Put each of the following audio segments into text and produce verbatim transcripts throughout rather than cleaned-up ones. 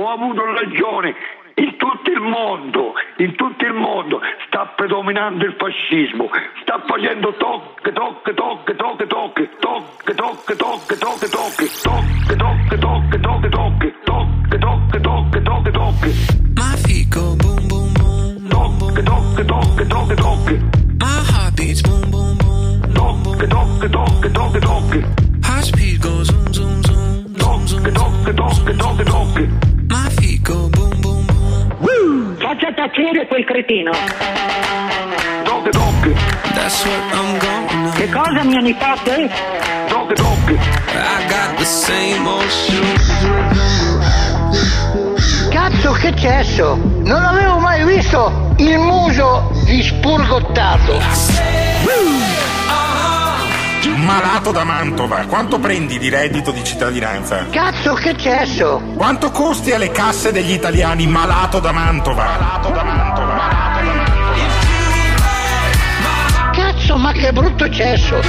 abbiamo avuto ragione. In tutto il mondo, in tutto il mondo sta predominando il fascismo, sta facendo tocche, tocche, tocche, tocche, tocche, tocche, tocche, tocche, tocche, tocche, tocche, tocche, tocche, tocche, tocche, tocche, tocche, tocche, tocche, tocche. My feet go boom, boom, boom. Tocche, tocche, tocche, tocche, tocche. My heart beats boom, boom, boom. Tocche, tocche, tocche, tocche, tocche. High speed goes zoom, zoom, zoom. Tocche, tocche, tocche, tocche, tocche. My feet go boom, boom, boom. Faccia tacere quel cretino. Tocche, tocche. That's what I'm gonna. Che cosa, mio nipote? Tocche, tocche. I got the same old shoes. Cazzo, che cesso! Non avevo mai visto il muso di Spurgottato. Malato da Mantova, quanto prendi di reddito di cittadinanza? Cazzo, che cesso! Quanto costi alle casse degli italiani malato da Mantova? Malato da Mantova. Malato da Mantova. Cazzo, ma che brutto cesso!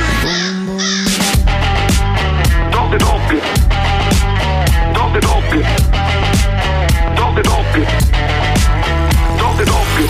Tocche, tocche. Tocche, tocche. Tocche, tocche. Tocche, tocche.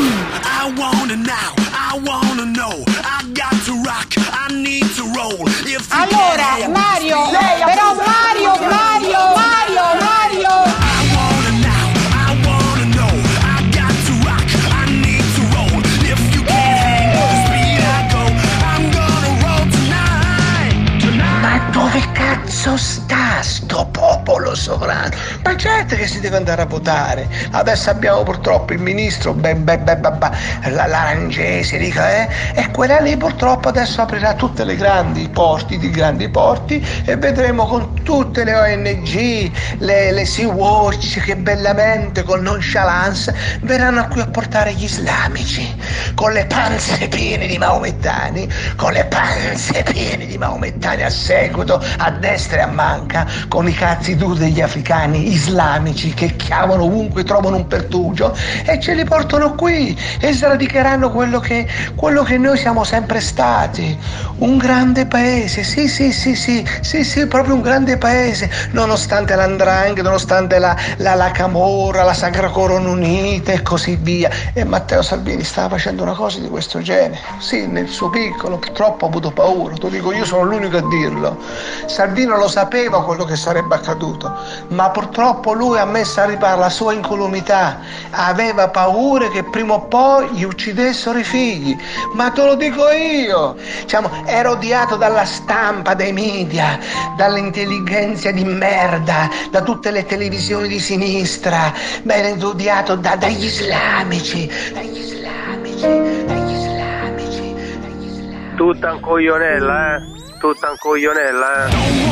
I wanna now, I wanna know. I got to rock, I need to roll. If allora, Mario, però Mario, Mario, Mario, Mario. I wanna now, I wanna know. I got to rock, I need to roll. If you can't hang the speed I go, I'm gonna roll tonight. Tonight. Ma dove cazzo sta sto popolo sovrano? Ma certo che si deve andare a votare. Adesso abbiamo purtroppo il ministro be, be, be, be, be, la, l'Arangesi, dica, eh? E quella lì purtroppo adesso aprirà tutte le grandi porti di grandi porti e vedremo con tutte le O N G, le, le Sea-Watch che bellamente con nonchalance verranno qui a portare gli islamici con le panze piene di maomettani, con le panze piene di maomettani a seguito, a destra e a manca, con i cazzi duri degli africani islamici che chiamano ovunque trovano un pertugio e ce li portano qui e sradicheranno quello che, quello che noi siamo sempre stati, un grande paese, sì sì sì sì sì sì proprio un grande paese, nonostante l'andrangheta, nonostante la, la, la Camorra, la Sacra Corona Unita e così via. E Matteo Salvini stava facendo una cosa di questo genere, sì, nel suo piccolo, purtroppo ha avuto paura, te lo dico io, sono l'unico a dirlo. Salvini lo sapeva quello che sarebbe accaduto, ma purtroppo lui ha messo a riparo la sua incolumità, aveva paura che prima o poi gli uccidessero i figli, ma te lo dico io, diciamo, era odiato dalla stampa, dai media, dall'intelligenza di merda, da tutte le televisioni di sinistra, ma era odiato da, dagli islamici, dagli islamici, dagli islamici, dagli islamici. Tutta un coglionella, eh? Tutta un coglionella, eh?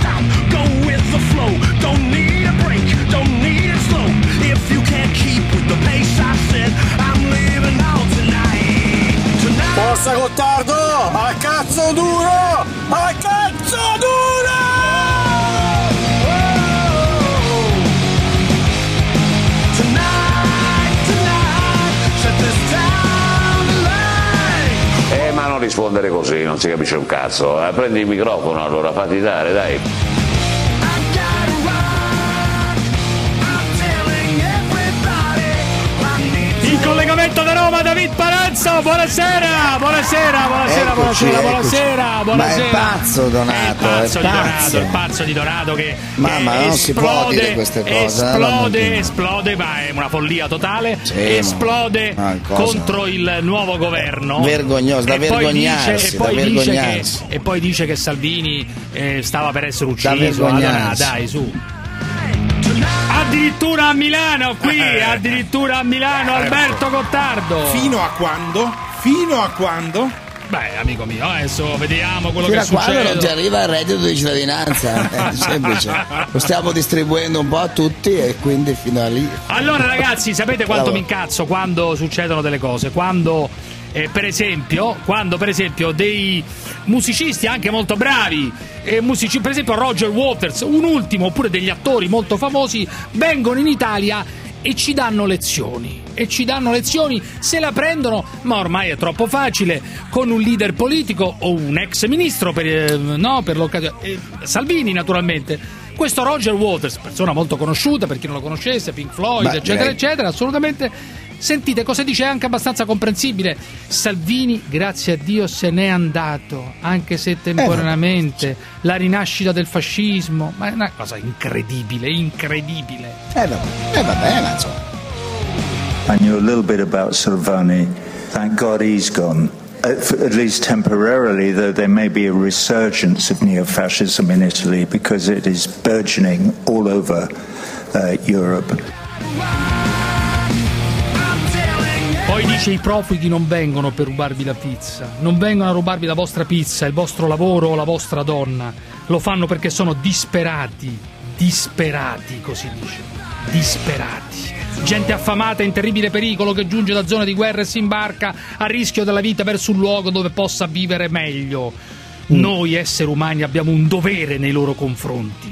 Forza Gottardo! Al cazzo duro! Al cazzo duro! Eh, ma non rispondere così, non si capisce un cazzo. Eh, prendi il microfono allora, fatti dare, dai. In collegamento da Roma David Paranzo, buonasera, buonasera, buonasera, Eccoci, buonasera, eccoci. buonasera, buonasera. Ma è pazzo Donato, è il pazzo è di pazzo. Donato, il pazzo di Donato che Mamma, eh, non si può esplode, dire queste cose, esplode, eh, esplode, ma è una follia totale, Sì, esplode ma- ma cosa? contro il nuovo governo. Vergognoso, da E poi vergognarsi, dice- e da poi dice che- vergognarsi. E poi dice che Salvini eh, stava per essere Da ucciso. Allora, vergognarsi. dai, su. Addirittura a Milano qui, addirittura a Milano Alberto Gottardo. Fino a quando? Fino a quando? Beh, amico mio, adesso vediamo quello Fino che a quando succede. non ti arriva il reddito di cittadinanza, è semplice. Lo stiamo distribuendo un po' a tutti e quindi fino a lì. Allora ragazzi, sapete quanto Bravo. mi incazzo quando succedono delle cose? Quando eh, per esempio, quando per esempio dei musicisti anche molto bravi, eh, musici, per esempio Roger Waters, un ultimo, oppure degli attori molto famosi, vengono in Italia e ci danno lezioni. E ci danno lezioni, se la prendono, ma ormai è troppo facile, con un leader politico o un ex ministro per, eh, no, per l'occasione. Eh, Salvini naturalmente. questo Roger Waters, persona molto conosciuta per chi non lo conoscesse, Pink Floyd, Beh, eccetera, direi. eccetera, assolutamente. Sentite cosa dice, anche abbastanza comprensibile. Salvini, grazie a Dio, se n'è andato, anche se temporaneamente. Eh, la rinascita del fascismo, ma è una cosa incredibile, incredibile. Eh vabbè, eh, vabbè ma insomma. I knew a little bit about Salvini. Thank God he's gone. At least temporarily, though there may be a resurgence of neo-fascism in Italy because it is burgeoning all over uh, Europe. Poi dice: i profughi non vengono per rubarvi la pizza, non vengono a rubarvi la vostra pizza, il vostro lavoro o la vostra donna, lo fanno perché sono disperati, disperati, così dice, disperati. Gente affamata in terribile pericolo che giunge da zone di guerra e si imbarca a rischio della vita verso un luogo dove possa vivere meglio. Mm. Noi esseri umani abbiamo un dovere nei loro confronti.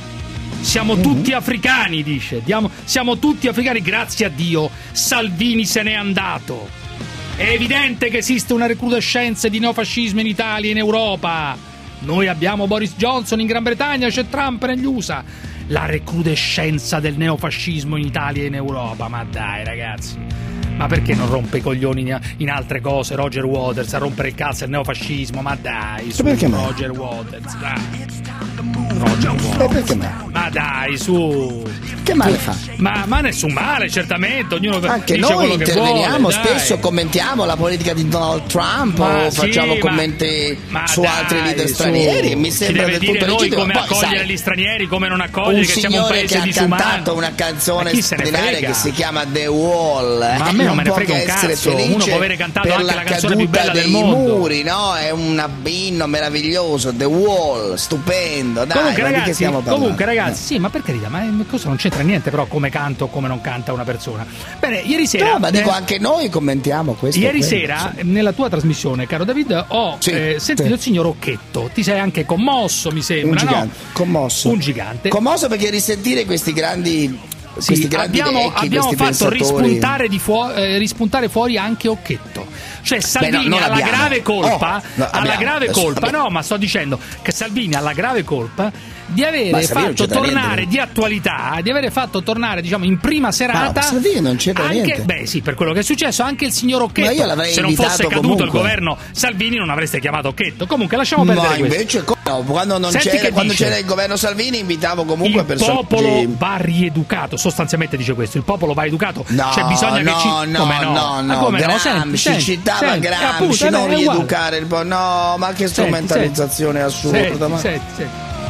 Siamo tutti africani, dice. Diamo, siamo tutti africani, grazie a Dio. Salvini se n'è andato. È evidente che esiste una recrudescenza di neofascismo in Italia e in Europa. Noi abbiamo Boris Johnson in Gran Bretagna, c'è Trump negli U S A. La recrudescenza del neofascismo in Italia e in Europa. Ma dai, ragazzi. Ma perché non rompe i coglioni in altre cose Roger Waters a rompere il cazzo il neofascismo? Ma dai, su Roger Waters, dai. Roger Waters. Perché no? Ma dai, su. Che male fa? Ma, ma nessun male, certamente. Ognuno Anche dice noi quello che vuole. interveniamo spesso, commentiamo la politica di Donald Trump ma o sì, facciamo ma, commenti ma su dai, altri leader su. stranieri. Mi sembra Ci deve del dire tutto noi legittimo. come Poi, accogliere sai, gli stranieri, come non accogliere, un che siamo un paese che ha disumano. cantato una canzone straordinaria che si chiama The Wall. Ma a me non, non me ne frega un cazzo. Uno può avere cantato anche la, la canzone più bella del mondo. Muri, no? È un abbinno meraviglioso. The Wall, stupendo. Dai, comunque, ma ragazzi, di che stiamo parlando? comunque ragazzi, sì, ma per carità, ma cosa non c'entra niente però come canto o come non canta una persona. Bene, ieri sera. No, ma dico, eh, anche noi commentiamo questo. Ieri quello, sera, sì. nella tua trasmissione, caro David, ho sì, eh, sentito sì. il signor Occhetto. Ti sei anche commosso, mi sembra. Un gigante, no? commosso. Un gigante. Commosso perché risentire questi grandi. Sì, questi grandi abbiamo, vecchi, abbiamo questi fatto pensatori. rispuntare, di fuo- eh, rispuntare fuori anche Occhetto. Cioè Salvini Beh, no, ha la grave colpa, oh, no, ha la grave adesso, colpa, abbiamo. no, ma sto dicendo che Salvini ha la grave colpa di avere fatto tornare di attualità, di avere fatto tornare, diciamo, in prima serata. Ma Salvini non c'entra anche, niente. Beh, sì, per quello che è successo, anche il signor Occhetto. Ma io l'avrei Se non fosse caduto comunque. il governo Salvini, non avreste chiamato Occhetto. Comunque, lasciamo perdere Ma questo. invece, no, quando non Senti c'era, che quando dice, c'era il governo Salvini, invitavo comunque il personaggi. popolo va rieducato. Sostanzialmente dice questo: il popolo va educato. No, cioè, bisogna no, che ci. no, come no, no, ma no, come Gramsci, no? Senti, senti, citava senti, Gramsci, appunto, non è rieducare il po'. No, ma che strumentalizzazione assurda. Senti, ma... senti, senti.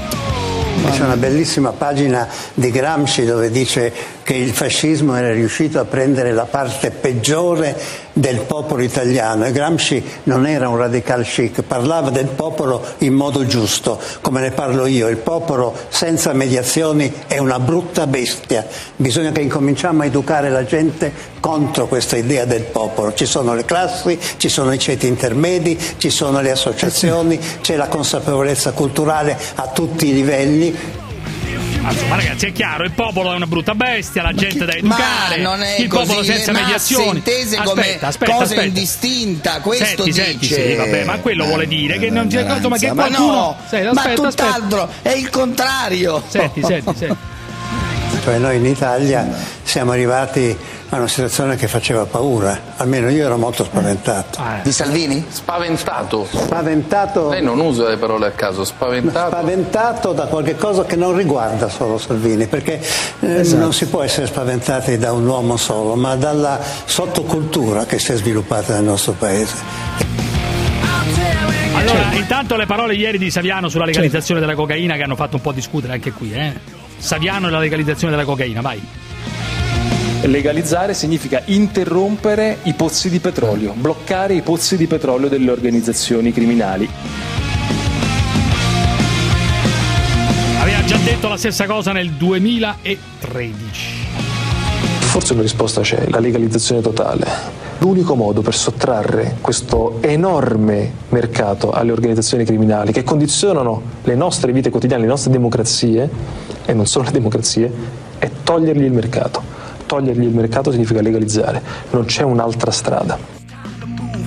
C'è una bellissima pagina di Gramsci dove dice che il fascismo era riuscito a prendere la parte peggiore del popolo italiano e Gramsci non era un radical chic, parlava del popolo in modo giusto, come ne parlo io. Il popolo senza mediazioni è una brutta bestia, bisogna che incominciamo a educare la gente contro questa idea del popolo. Ci sono le classi, ci sono i ceti intermedi, ci sono le associazioni, c'è la consapevolezza culturale a tutti i livelli. Insomma, ragazzi, è chiaro, il popolo è una brutta bestia, la gente da educare, ma non è il popolo così, senza le mediazioni. intese Aspetta, come aspetta, cosa aspetta. indistinta, questo senti, dice. Senti, sì, vabbè, ma quello eh, vuole dire che non c'è eh, insomma che ma qualcuno. no, Senti, ma aspetta, tutt'altro, aspetta. è il contrario. Senti, senti, senti. Cioè noi in Italia siamo arrivati a una situazione che faceva paura, almeno io ero molto spaventato. Di Salvini? Spaventato. Spaventato. Lei non usa le parole a caso, spaventato. Spaventato da qualche cosa che non riguarda solo Salvini, perché eh, esatto. non si può essere spaventati da un uomo solo, ma dalla sottocultura che si è sviluppata nel nostro paese. Allora, intanto le parole ieri di Saviano sulla legalizzazione della cocaina che hanno fatto un po' discutere anche qui, eh? Saviano e la legalizzazione della cocaina, vai. Legalizzare significa interrompere i pozzi di petrolio, bloccare i pozzi di petrolio delle organizzazioni criminali. Aveva già detto la stessa cosa nel duemilatredici. Forse una risposta c'è, la legalizzazione totale. L'unico modo per sottrarre questo enorme mercato alle organizzazioni criminali che condizionano le nostre vite quotidiane, le nostre democrazie, e non solo le democrazie, è togliergli il mercato. Togliergli il mercato significa legalizzare, non c'è un'altra strada.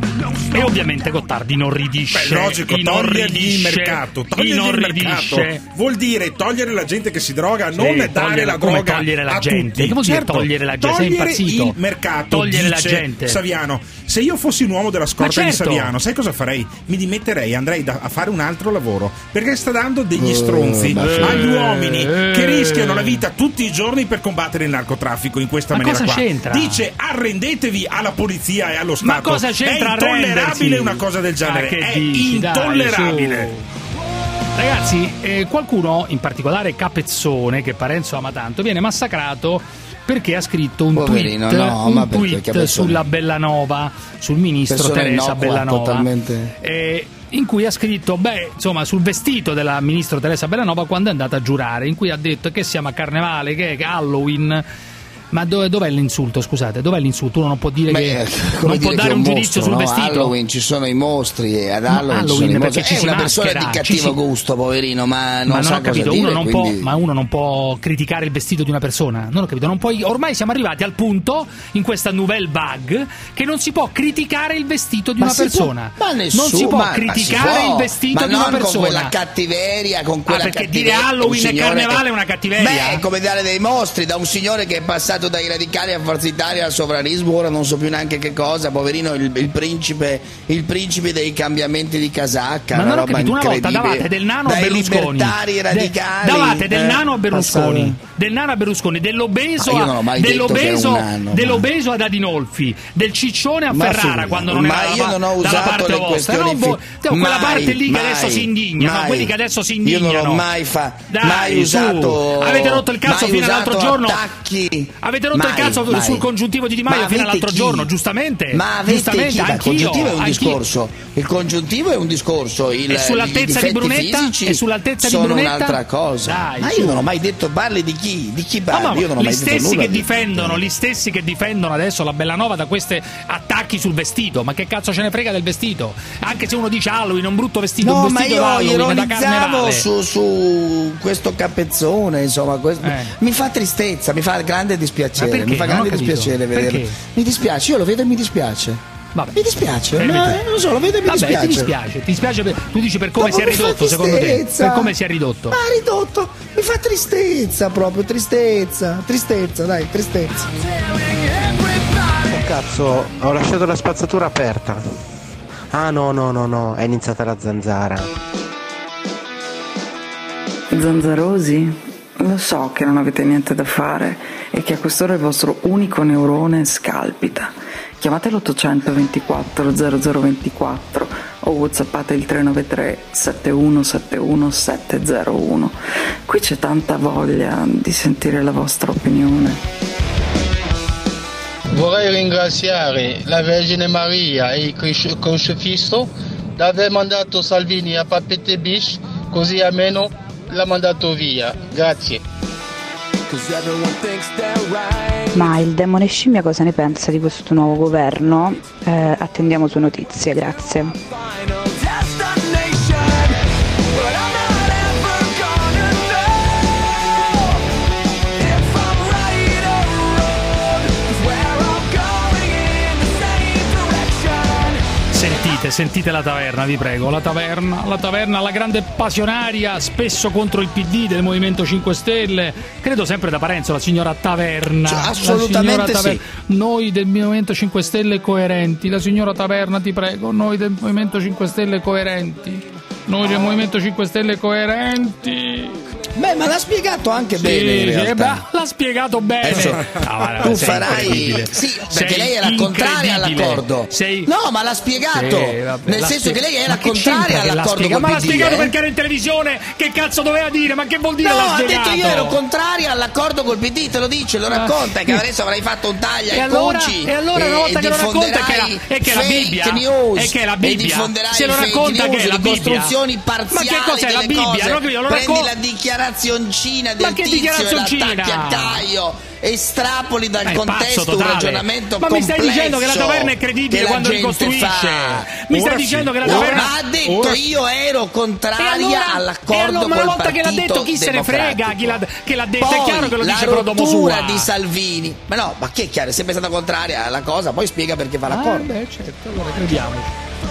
E ovviamente Gottardi inorridisce. Beh, logico, togliergli il mercato. Togliergli il mercato vuol dire togliere la gente che si droga, Sì, non dare togliere- la come droga togliere la a gente? tutti. Che vuol dire Certo, togliere la gente? Sei togliere impazzito? il mercato. Togliere la dice gente. Saviano, se io fossi un uomo della scorta Ma di certo. Saviano, sai cosa farei? Mi dimetterei, andrei da- a fare un altro lavoro, perché sta dando degli Eh, stronzi ma sì. agli uomini Eh. che rischiano la vita tutti i giorni per combattere il narcotraffico in questa Ma maniera cosa qua. c'entra? Dice arrendetevi alla polizia e allo Stato. Ma cosa c'entra È intollerabile arrendersi? una cosa del genere. Ma che È dici? Dai, intollerabile. su. Ragazzi, eh, qualcuno, in particolare Capezzone, che Parenzo ama tanto, viene massacrato perché ha scritto un Poverino, tweet, no, un ma perché tweet Capezzone? sulla Bellanova, sul ministro Persona Teresa innocua, Bellanova, totalmente. eh, in cui ha scritto, beh, insomma, sul vestito della ministro Teresa Bellanova quando è andata a giurare, in cui ha detto che siamo a Carnevale, che è Halloween. Ma dove, dov'è l'insulto? Scusate, dov'è l'insulto? Uno non può dire Beh, che come non dire può dare che è un un giudizio mostro, sul no? vestito. Halloween ci sono i mostri e ad Ma Halloween, ci sono i Halloween mostri. perché ci È si una persona maschera, di ci cattivo si- gusto, poverino, ma non ma non sa ho capito, cosa dire, uno non quindi... può, ma uno non può criticare il vestito di una persona. Non ho capito, non puoi, ormai siamo arrivati al punto in questa nouvelle vague che non si può criticare il vestito di Ma una si persona. può- ma nessuno, non si può ma- ma si criticare può, il vestito ma di una non persona. con quella cattiveria, con quella Ah, perché cattiveria, dire Halloween un e signore Carnevale che- è una cattiveria? Beh, è come dare dei mostri da un signore che è passato dai radicali a Forza Italia al sovranismo, ora non so più neanche che cosa, poverino, il, il principe il principe dei cambiamenti di casacca. Ma una non ho roba capito, una volta incredibile. davate del nano a Dai Berlusconi. libertari De- radicali. davate del eh, nano a Berlusconi, passare- del nano a Berlusconi, dell'obeso, Ah, io a- non ho mai detto dell'obeso, che era un nano, dell'obeso ad Adinolfi, del ciccione a Ma Ferrara figurati, quando non ma era io dalla, non ho dalla usato parte le vostra. questioni No, boh, fi- quella mai, parte lì che mai, adesso si indigna, mai. quelli che adesso si Io indignano. non ho mai fa- Dai, mai su. usato Avete rotto il cazzo mai fino all'altro usato giorno. attacchi. Avete rotto il Mai, cazzo mai. sul congiuntivo di Di Maio Ma fino avete all'altro chi? giorno, giustamente. Ma avete giustamente, chi? Ma il anch'io, congiuntivo è un anch'io. discorso. Il congiuntivo è un discorso. Il, E sull'altezza i di difetti Brunetta? fisici E sull'altezza di sono Brunetta? un'altra cosa. Dai, ma su. io non ho mai detto, parli di chi? Di chi No, parli? ma io non ho gli mai detto stessi nulla che di- difendono, gli stessi che difendono adesso la Bellanova da questi attacchi sul vestito. Ma che cazzo ce ne frega del vestito? Anche se uno dice Halloween, un brutto vestito, No, un ma vestito io d'Halloween da ironizzavo Carnevale. su, su questo capezzone, insomma, questo- Eh. mi fa tristezza, mi fa grande Ma dispiacere, perché? mi fa Non ho grande capito. dispiacere vederlo. Perché? Mi dispiace, io lo vedo e mi dispiace. Vabbè. Mi dispiace, Fermi no, te. eh, non lo so, lo vedo e mi Vabbè, dispiace. ti dispiace, ti dispiace per- tu dici per come Dopo si è mi fa ridotto secondo te? tristezza. Per come si è ridotto? Ma ridotto, mi fa tristezza proprio, tristezza, tristezza, dai, tristezza. Oh cazzo, ho lasciato la spazzatura aperta. Ah no, no, no, no, è iniziata la zanzara. Zanzarosi? Lo so che non avete niente da fare e che a quest'ora il vostro unico neurone scalpita. Chiamate l'ottocento ventiquattro zero zero ventiquattro o whatsappate il tre nove tre sette uno sette uno sette zero uno. Qui c'è tanta voglia di sentire la vostra opinione. Vorrei ringraziare la Vergine Maria e il Cruci- Crocifisso di aver mandato Salvini a Papete Beach, così almeno l'ha mandato via. Grazie. Ma il demone scimmia cosa ne pensa di questo nuovo governo? Eh, attendiamo sue notizie, grazie. Sentite, sentite la taverna, vi prego, la taverna, la taverna, la grande passionaria, spesso contro il P D del Movimento cinque Stelle, credo sempre da Parenzo, la signora Taverna. Cioè, La assolutamente signora Taver- sì. Noi del Movimento cinque Stelle coerenti, la signora Taverna, ti prego, noi del Movimento cinque Stelle coerenti. Noi del Movimento cinque Stelle coerenti. Beh, ma l'ha spiegato anche Sì, bene in sì, realtà. beh, l'ha spiegato bene. Adesso, No, guarda, tu sei farai incredibile. sì, perché Sei lei era contraria incredibile. all'accordo. Sei... No, ma l'ha spiegato. Sì, vabbè, nel l'ha senso spie- che lei era Ma che contraria c'entra che l'ha all'accordo spiegato? col Ma l'ha P D, spiegato eh? perché era in televisione. Che cazzo doveva dire? Ma che vuol dire No, l'ha ha spiegato? detto io ero contraria all'accordo col P D, te lo dice, lo racconta, che adesso avrai fatto un taglio Ah. E ai allora, Cucci e allora una volta che lo racconta è che, la, è che è la fake Bibbia news, è che è la e Bibbia diffonderai se lo fake racconta news, che è la di Bibbia costruzioni ma parziali che cos'è la delle Bibbia? cose. No, io lo Prendi raccon- la dichiarazioncina del Ma che tizio e dichiarazioncina? l'attacchi a Caio, estrapoli dal Ma è pazzo contesto un totale. ragionamento Ma mi stai complesso dicendo che la taverna è credibile che la quando gente ricostruisce? fa. Mi stai Ora dicendo sì. che la taverna- Ora ha detto Ora- io ero contraria E allora- all'accordo e allora, ma una col volta che l'ha Partito detto chi se ne frega Democratico. chi l'ha, che l'ha detto Poi è chiaro che lo la dice pro domo rottura sua di Salvini, ma no, ma che è chiaro, è sempre stata contraria alla cosa, poi spiega perché fa Ah, l'accordo. beh, certo, allora crediamoci.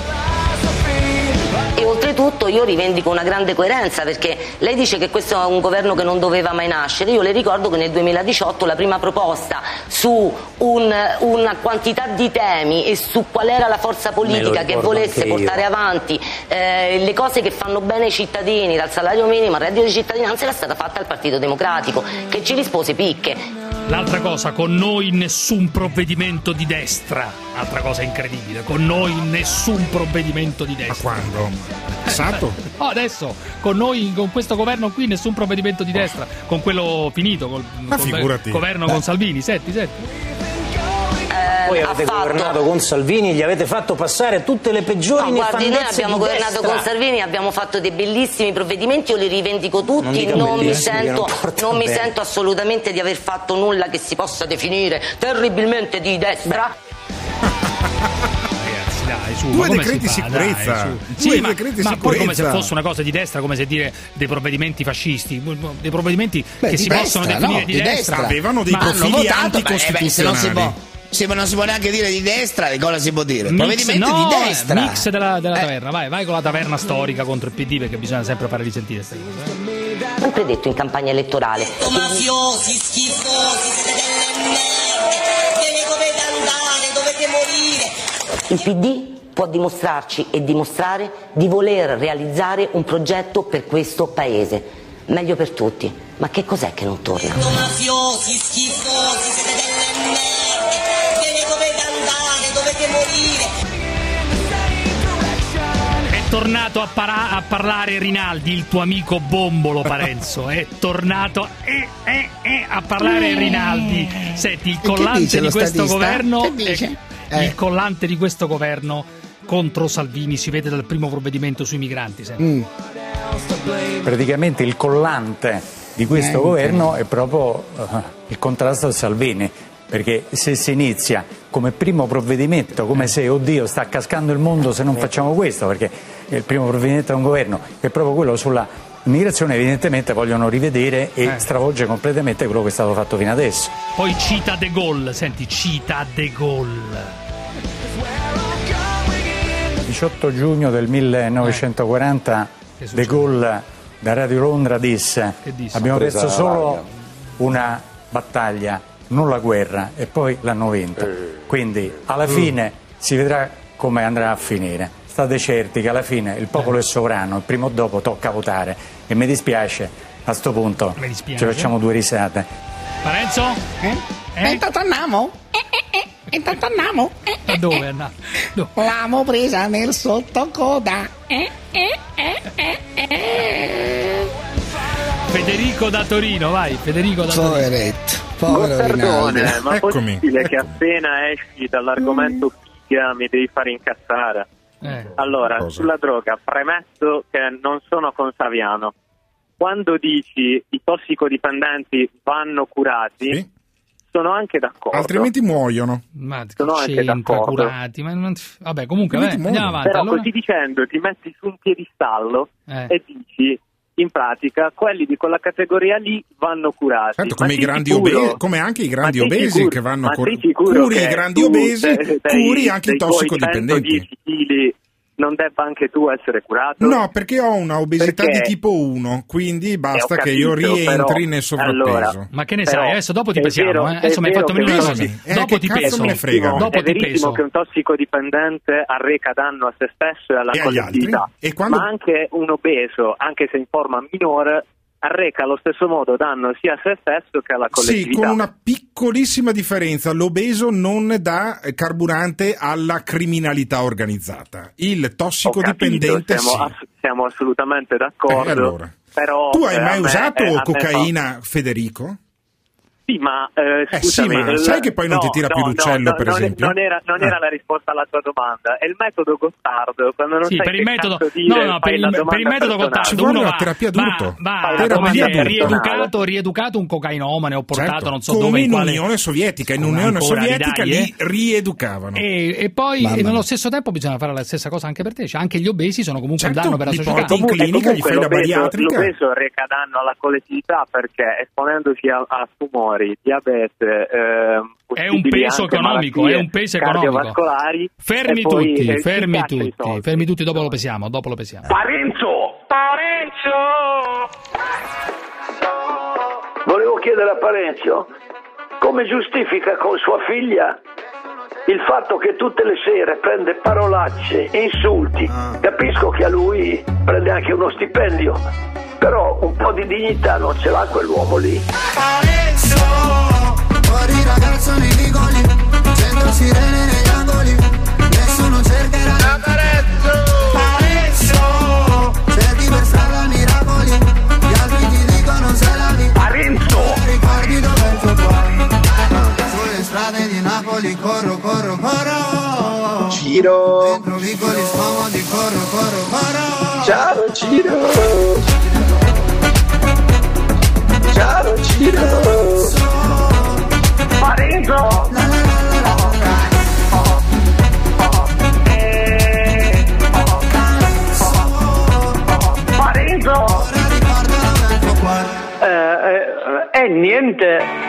E oltretutto io rivendico una grande coerenza, perché lei dice che questo è un governo che non doveva mai nascere. Io le ricordo che nel duemiladiciotto la prima proposta su un, una quantità di temi e su qual era la forza politica che volesse portare avanti eh, le cose che fanno bene ai cittadini, dal salario minimo al reddito di cittadinanza, era stata fatta al Partito Democratico, che ci rispose picche. L'altra cosa, con noi nessun provvedimento di destra. Altra cosa incredibile, con noi nessun provvedimento di destra. Ma quando? Passato? Oh, adesso, con noi, con questo governo qui, nessun provvedimento di destra. Con quello finito, col, Ma col figurati. governo con Salvini. Senti, senti. Voi avete governato con Salvini, gli avete fatto passare tutte le peggiori no, guardi, noi abbiamo di governato destra. con Salvini, abbiamo fatto dei bellissimi provvedimenti, io li rivendico tutti, non, non, mi sento, non, non mi bene. sento assolutamente di aver fatto nulla che si possa definire terribilmente di destra. Ragazzi, dai, su, Due ma come decreti si fa? sicurezza. Dai, su. Due Sì, ma, decreti ma poi come se sicurezza. fosse una cosa di destra, come se dire dei provvedimenti fascisti, dei provvedimenti Beh, che di si destra, possono definire no, di di destra. destra. Avevano dei Ma profili Hanno votato, anticostituzionali. beh, beh, se non si può, se non si può neanche dire di destra, che cosa si può dire? Mix, Provvedimenti no, di destra. mix della, della Eh. taverna, vai, vai con la taverna storica contro il P D, perché bisogna sempre fare risentire queste cose. Eh. Sempre detto in campagna elettorale. Mafiosi, schifosi, siete delle merde, ve ne dovete andare, dovete morire. Il P D può dimostrarci e dimostrare di voler realizzare un progetto per questo paese, meglio per tutti. Ma che cos'è che non torna? Mafiosi, schifosi, siete delle merde, ve ne dovete andare, dovete morire. È tornato a, para- a parlare Rinaldi, il tuo amico Bombolo Parenzo. È tornato eh, eh, eh, a parlare Rinaldi. Senti, il che collante dice di lo questo statista? governo. Che dice? è- Eh. Il collante di questo governo contro Salvini si vede dal primo provvedimento sui migranti. Senti. Mm. Praticamente il collante di questo Eh, governo è proprio uh, il contrasto a Salvini, perché se si inizia come primo provvedimento, come se oddio sta cascando il mondo se non facciamo questo, perché il primo provvedimento di un governo è proprio quello sulla immigrazione, evidentemente vogliono rivedere e Eh. stravolgere completamente quello che è stato fatto fino adesso. Poi cita De Gaulle, senti, cita De Gaulle. diciotto giugno del millenovecentoquaranta Che De succede? Gaulle da Radio Londra disse: Che disse? abbiamo Presa perso la solo larga. una battaglia, non la guerra, e poi l'hanno vinta. Quindi alla fine si vedrà come andrà a finire. State certi che alla fine il popolo è sovrano, il primo o dopo tocca votare, e mi dispiace, a sto punto Mi dispiace. ci facciamo due risate. Parenzo? Eh? Eh? Intanto andiamo? Eh, eh, eh. Intanto andiamo? Eh, Da dove è andato? Dove? l'amo presa nel sottocoda. Eh, eh, eh, eh, eh. Federico da Torino, vai, Federico da Torino. Poveretto, povero Gostardone, Rinaldi. ma Eccomi. possibile che appena esci dall'argomento figa mi devi fare incazzare? Eh. Allora, Cosa? sulla droga, premetto che non sono con Saviano. Quando dici i tossicodipendenti vanno curati, Sì. sono anche d'accordo. Altrimenti muoiono. Ma che Sono anche c'entra, d'accordo. curati, ma non- vabbè, comunque, Altrimenti vabbè, andiamo muoiono. avanti. Però Allora... così dicendo ti metti su un piedistallo Eh. e dici, in pratica, quelli di quella categoria lì vanno curati. Certo, Ma come, i sei grandi sicuro? obe- come anche i grandi Ma sei obesi sicuro- che vanno ma a cur- sei sicuro curi che i grandi tu obesi, sei- sei- curi anche i dei tuoi tossicodipendenti. centodieci chili non debba anche tu essere curato? No, perché ho una obesità Perché? di tipo uno, quindi basta Eh, ho che io capito, rientri però, nel sovrappeso. allora, Ma che ne Però sai? Adesso dopo ti è pesiamo, vero- eh? è Adesso mi hai vero fatto che venire un così. Eh, Dopo che ti cazzo peso. me ne frega? Dopo è ti verissimo peso. che un tossicodipendente arreca danno a se stesso e alla E agli collettività, altri? E quando- ma anche un obeso, anche se in forma minore, arreca allo stesso modo danno sia a se stesso che alla Sì, collettività. con una piccolissima differenza. L'obeso non dà carburante alla criminalità organizzata. Il Ho tossicodipendente capito, siamo, sì. ass- siamo assolutamente d'accordo. Eh, allora. Però, Tu hai eh, a mai me- usato eh, a me cocaina, Federico? fa- Sì, ma eh, Eh, sì, scusami, ma il- sai che poi non no, ti tira no, più no, l'uccello, no, per non, esempio? Non era, non Eh. era la risposta alla tua domanda, è il metodo Gottardo. Quando non Sì, sai per il che metodo, cazzo dire, no, no, fai per il, la per il domanda metodo personale. Gottardo Ci vuole uno una va, terapia va, d'urto. va, Fai la come domanda dire, personale. rieducato, rieducato un cocainomane o portato Certo, non so come dove in quale- Unione Sovietica. In Come Unione ancora, Sovietica ridai, li rieducavano. E, e poi Mamma e nello mia. stesso tempo bisogna fare la stessa cosa anche per te, cioè anche gli obesi sono comunque Certo, un danno per la li società. porti in Comunque- clinica, gli comunque fai la l'obeso- bariatrica. L'obeso reca danno alla collettività perché esponendosi a, a tumore tumori, diabete, eh, è un peso economico, è un peso economico. Cardiovascolari. Fermi poi, tutti, eh, fermi tutti, fermi tutti, dopo lo pesiamo, dopo lo pesiamo. Parenzo! Parenzo! Volevo chiedere a Parenzo come giustifica con sua figlia il fatto che tutte le sere prende parolacce, insulti. Capisco che a lui prende anche uno stipendio, però un po' di dignità non ce l'ha quell'uomo lì. Parenzo, fuori ragazzo nei vicoli, cento sirene negli angoli, nessuno cercherà Parenzo. Parenzo, cerchi per strada miracoli, gli altri ti dicono se la vi. Parenzo, ricordi dove il tuo cuore. Sulle strade di Napoli corro, corro, corro. Ciro. Dentro vicoli scomodi corro, corro, corro. Ciao Ciro. Ciao Ciro. Parenzo! Parenzo! Eh, eh, eh, niente.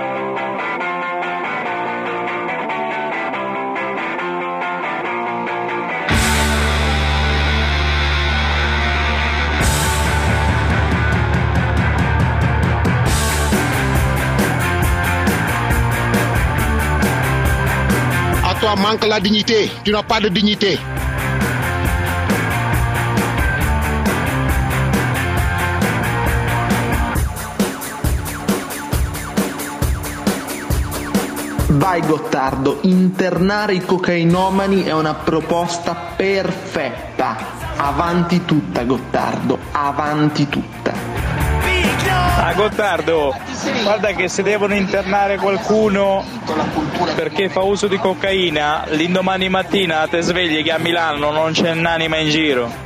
Toi manque la dignité, tu n'as pas de dignité. Vai Gottardo, internare i cocainomani è una proposta perfetta. Avanti tutta Gottardo, avanti tutta. Ah Gottardo, guarda che se devono internare qualcuno perché fa uso di cocaina, l'indomani mattina te svegli che a Milano non c'è un'anima in giro.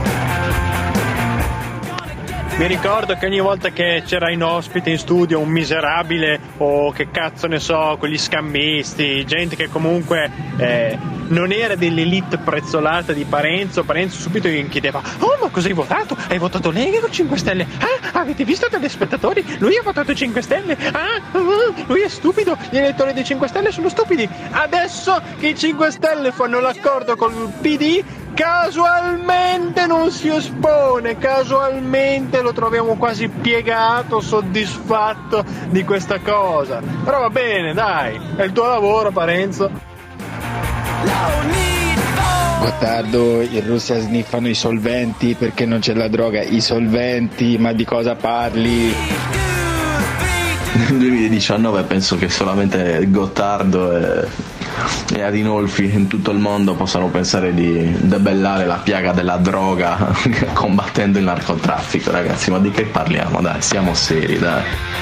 Mi ricordo che ogni volta che c'era in ospite in studio un miserabile o che cazzo ne so, quegli scammisti, gente che comunque eh, non era dell'elite prezzolata di Parenzo, Parenzo subito gli chiedeva: oh, ma cosa hai votato? Hai votato Lega o cinque Stelle? Ah, avete visto telespettatori? Lui ha votato cinque Stelle. Ah, uh, lui è stupido, gli elettori dei cinque Stelle sono stupidi. Adesso che i cinque Stelle fanno l'accordo col P D, casualmente non si espone, casualmente lo troviamo quasi piegato, soddisfatto di questa cosa. Però va bene, dai, è il tuo lavoro, Parenzo. Gottardo, in Russia sniffano i solventi perché non c'è la droga. I solventi, ma di cosa parli? Nel duemiladiciannove penso che solamente Gottardo e, e Adinolfi in tutto il mondo possano pensare di debellare la piaga della droga combattendo il narcotraffico, ragazzi, ma di che parliamo? Dai, siamo seri, dai.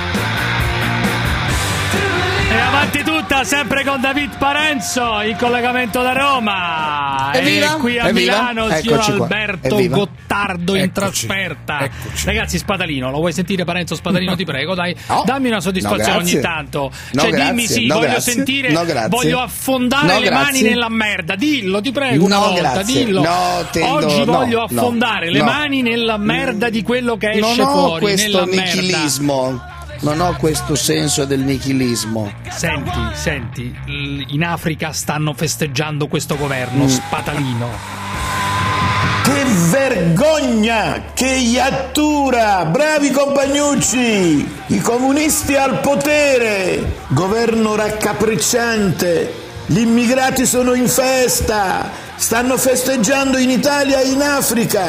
E avanti tutta, sempre con David Parenzo, in collegamento da Roma. Evviva, e qui a evviva. Milano, Eccoci signor qua. Alberto Evviva. Gottardo in Eccoci. trasferta. Eccoci. Ragazzi, Spadalino, lo vuoi sentire Parenzo Spadalino? Ti prego, dai. No. Dammi una soddisfazione No, ogni grazie. tanto. No, Cioè, grazie. dimmi sì, No, voglio grazie. sentire, No, grazie. voglio affondare No, le mani grazie. nella merda. Dillo, ti prego, una No, volta, grazie. dillo. No, tendo- Oggi no, voglio no, affondare le no. mani nella merda di quello che Non esce ho fuori, questo nella merda. nichilismo. Non ho questo senso del nichilismo. Senti, senti, l- in Africa stanno festeggiando questo governo, Mm. Spatalino. Che vergogna! Che iattura! Bravi compagnucci! I comunisti al potere! Governo raccapricciante! Gli immigrati sono in festa! Stanno festeggiando in Italia e in Africa!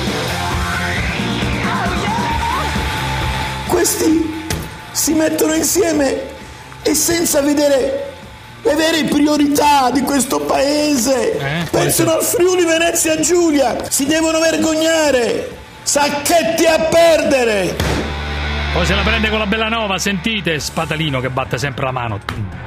Questi si mettono insieme e senza vedere le vere priorità di questo paese Eh, pensano al Friuli Venezia Giulia, si devono vergognare, sacchetti a perdere. Poi se la prende con la Bellanova, sentite, Spatalino che batte sempre la mano.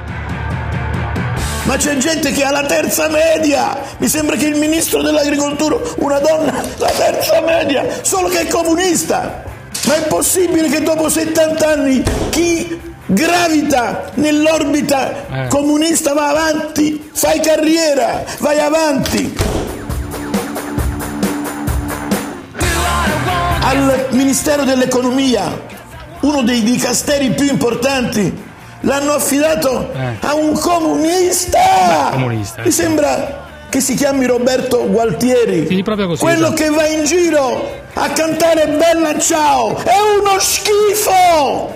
Ma c'è gente che ha la terza media, mi sembra che il ministro dell'agricoltura, una donna, la terza media, solo che è comunista. Ma è possibile che dopo settanta anni chi gravita nell'orbita Eh. comunista va avanti, fai carriera, vai avanti. Al Ministero dell'Economia uno dei dicasteri più importanti, l'hanno affidato Eh. a un comunista. Beh, comunista, eh. Mi sembra che si chiami Roberto Gualtieri. Sì, proprio così, quello esatto. che va in giro a cantare Bella Ciao. È uno schifo.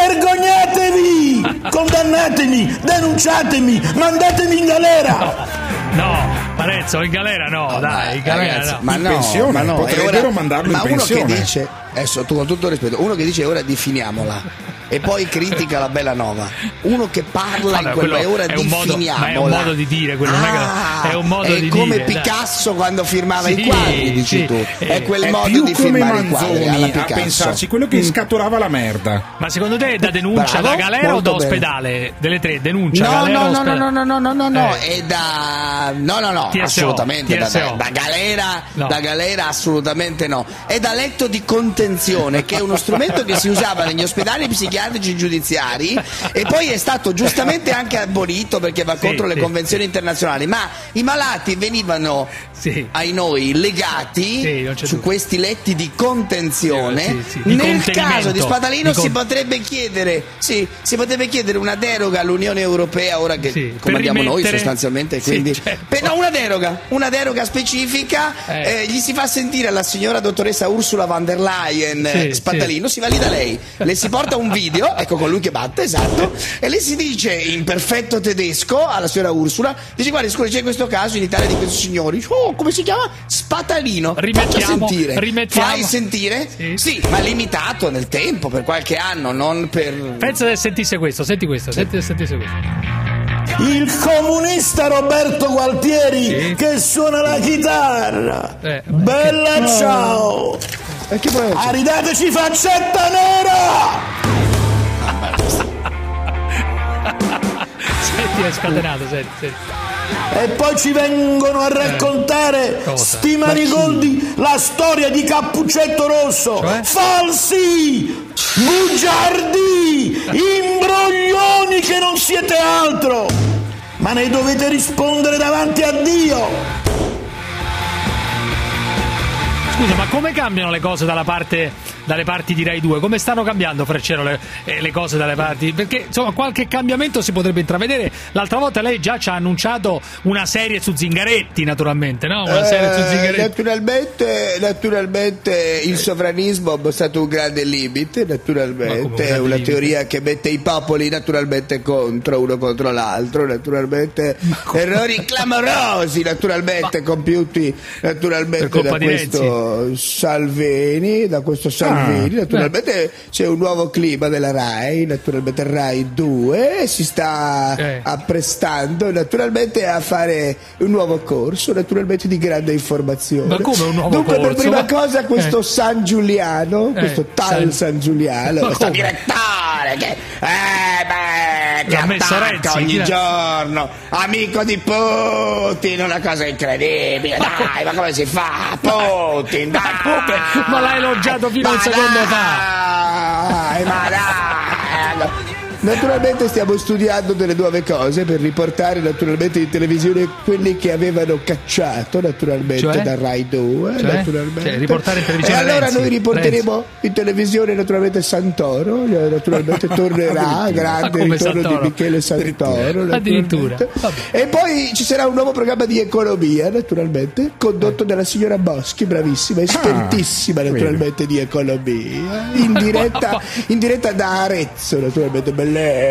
Vergognatevi, condannatemi, denunciatemi, mandatemi in galera. No, Parenzo, in galera no, dai, in galera Ragazzi, no. ma no, pensione, ma no, potrebbero è ora- mandarlo in ma uno pensione. che dice, adesso tu con tutto il rispetto, uno che dice ora definiamola e poi critica la Bella Nova, uno che parla Vabbè, in quella quello ora è un modo, definiamola. ma è un modo di dire, quello non è, Ah, che, è un modo è di come dire. dai. Picasso quando firmava Sì, i quadri, dici sì, tu, eh, è quel È modo più di come firmare i quadri alla Manzoni a Picasso. pensarci, quello che scatolava la merda. Ma secondo te è da denuncia Bravo, da galera o molto da bene. ospedale? Delle tre, denuncia, No, galera no, o no, no, ospedale? no, no, no, no, no, no, Eh. è da no, no, no, T S O, assolutamente da, T S O. da galera, No. da galera assolutamente no. È da letto di contenzione, che è uno strumento che si usava negli ospedali psichiatrici giudiziari e poi è stato giustamente anche abolito perché va Sì, contro le sì, convenzioni internazionali, ma i malati venivano Sì. ai noi legati Sì, non c'è su dubbio. questi letti di contenzione. Sì, sì, di Nel contenimento. caso di Spadalino Di con- si potrebbe chiedere, sì, si potrebbe chiedere una deroga all'Unione Europea ora che Sì, comandiamo per noi rimettere- sostanzialmente, Sì, quindi certo. per- no, una deroga, una deroga specifica, Eh. eh, gli si fa sentire alla signora dottoressa Ursula von der Leyen Sì, eh, Spadalino, si valida lei, le si porta un video, ecco con lui che batte, esatto, e le si dice in perfetto tedesco alla signora Ursula, dice guardi scusi c'è questo caso in Italia di questi signori, oh come si chiama? Spatalino, faccia Rimettiamo, sentire, rimettiamo. fai sentire? Sì. Sì, ma limitato nel tempo, per qualche anno, non per... Pensa se sentisse questo, senti questo, senti se sentisse questo. Il comunista Roberto Gualtieri Sì. che suona la chitarra. Eh, Bella che- ciao. E che problema c'è? Aridateci faccetta nera. Senti, è scatenato, senti, senti. E poi ci vengono a raccontare Eh, cosa? sti manigoldi la storia di Cappuccetto Rosso. Cioè? Falsi, bugiardi, imbroglioni che non siete altro. Ma ne dovete rispondere davanti a Dio. Scusa, ma come cambiano le cose dalla parte, dalle parti di Rai due? Come stanno cambiando, Freccero, le, eh, le cose dalle parti? Perché insomma qualche cambiamento si potrebbe intravedere. L'altra volta lei già ci ha annunciato una serie su Zingaretti, naturalmente, no? Una serie su Eh, Zingaretti. naturalmente, naturalmente il sovranismo è stato un grande limite, Ma come un naturalmente è grande una limite? teoria che mette i popoli naturalmente contro uno contro l'altro, naturalmente errori clamorosi naturalmente compiuti naturalmente Per da colpa di questo Salvini, da questo Salvini, Ah, naturalmente c'è un nuovo clima della Rai, naturalmente Rai due e si sta Eh. apprestando naturalmente a fare un nuovo corso, naturalmente di grande informazione. Ma come un nuovo Dunque, per corso? prima Ma- cosa questo Eh. San Giuliano, Eh, questo tal San- San, Giuliano, Ma questo come? direttore che eh beh, ti L'ha messo attacca Renzi, ogni chi l'ha- giorno, amico di Putin, una cosa incredibile, dai, ma come si fa? Putin, dai! Come? Ma l'ha elogiato fino a un Ma secondo fa. dai, ma dai! Naturalmente stiamo studiando delle nuove cose per riportare naturalmente in televisione quelli che avevano cacciato naturalmente Cioè? da Rai due, Cioè? naturalmente. Cioè, riportare in televisione E allora Renzi. noi riporteremo in televisione naturalmente Santoro, eh, naturalmente tornerà, grande come ritorno Santoro? di Michele Santoro. Addirittura. naturalmente. E poi ci sarà un nuovo programma di economia naturalmente, condotto dalla signora Boschi, bravissima, espertissima Ah, naturalmente di economia, in diretta, in diretta da Arezzo naturalmente, bellissima.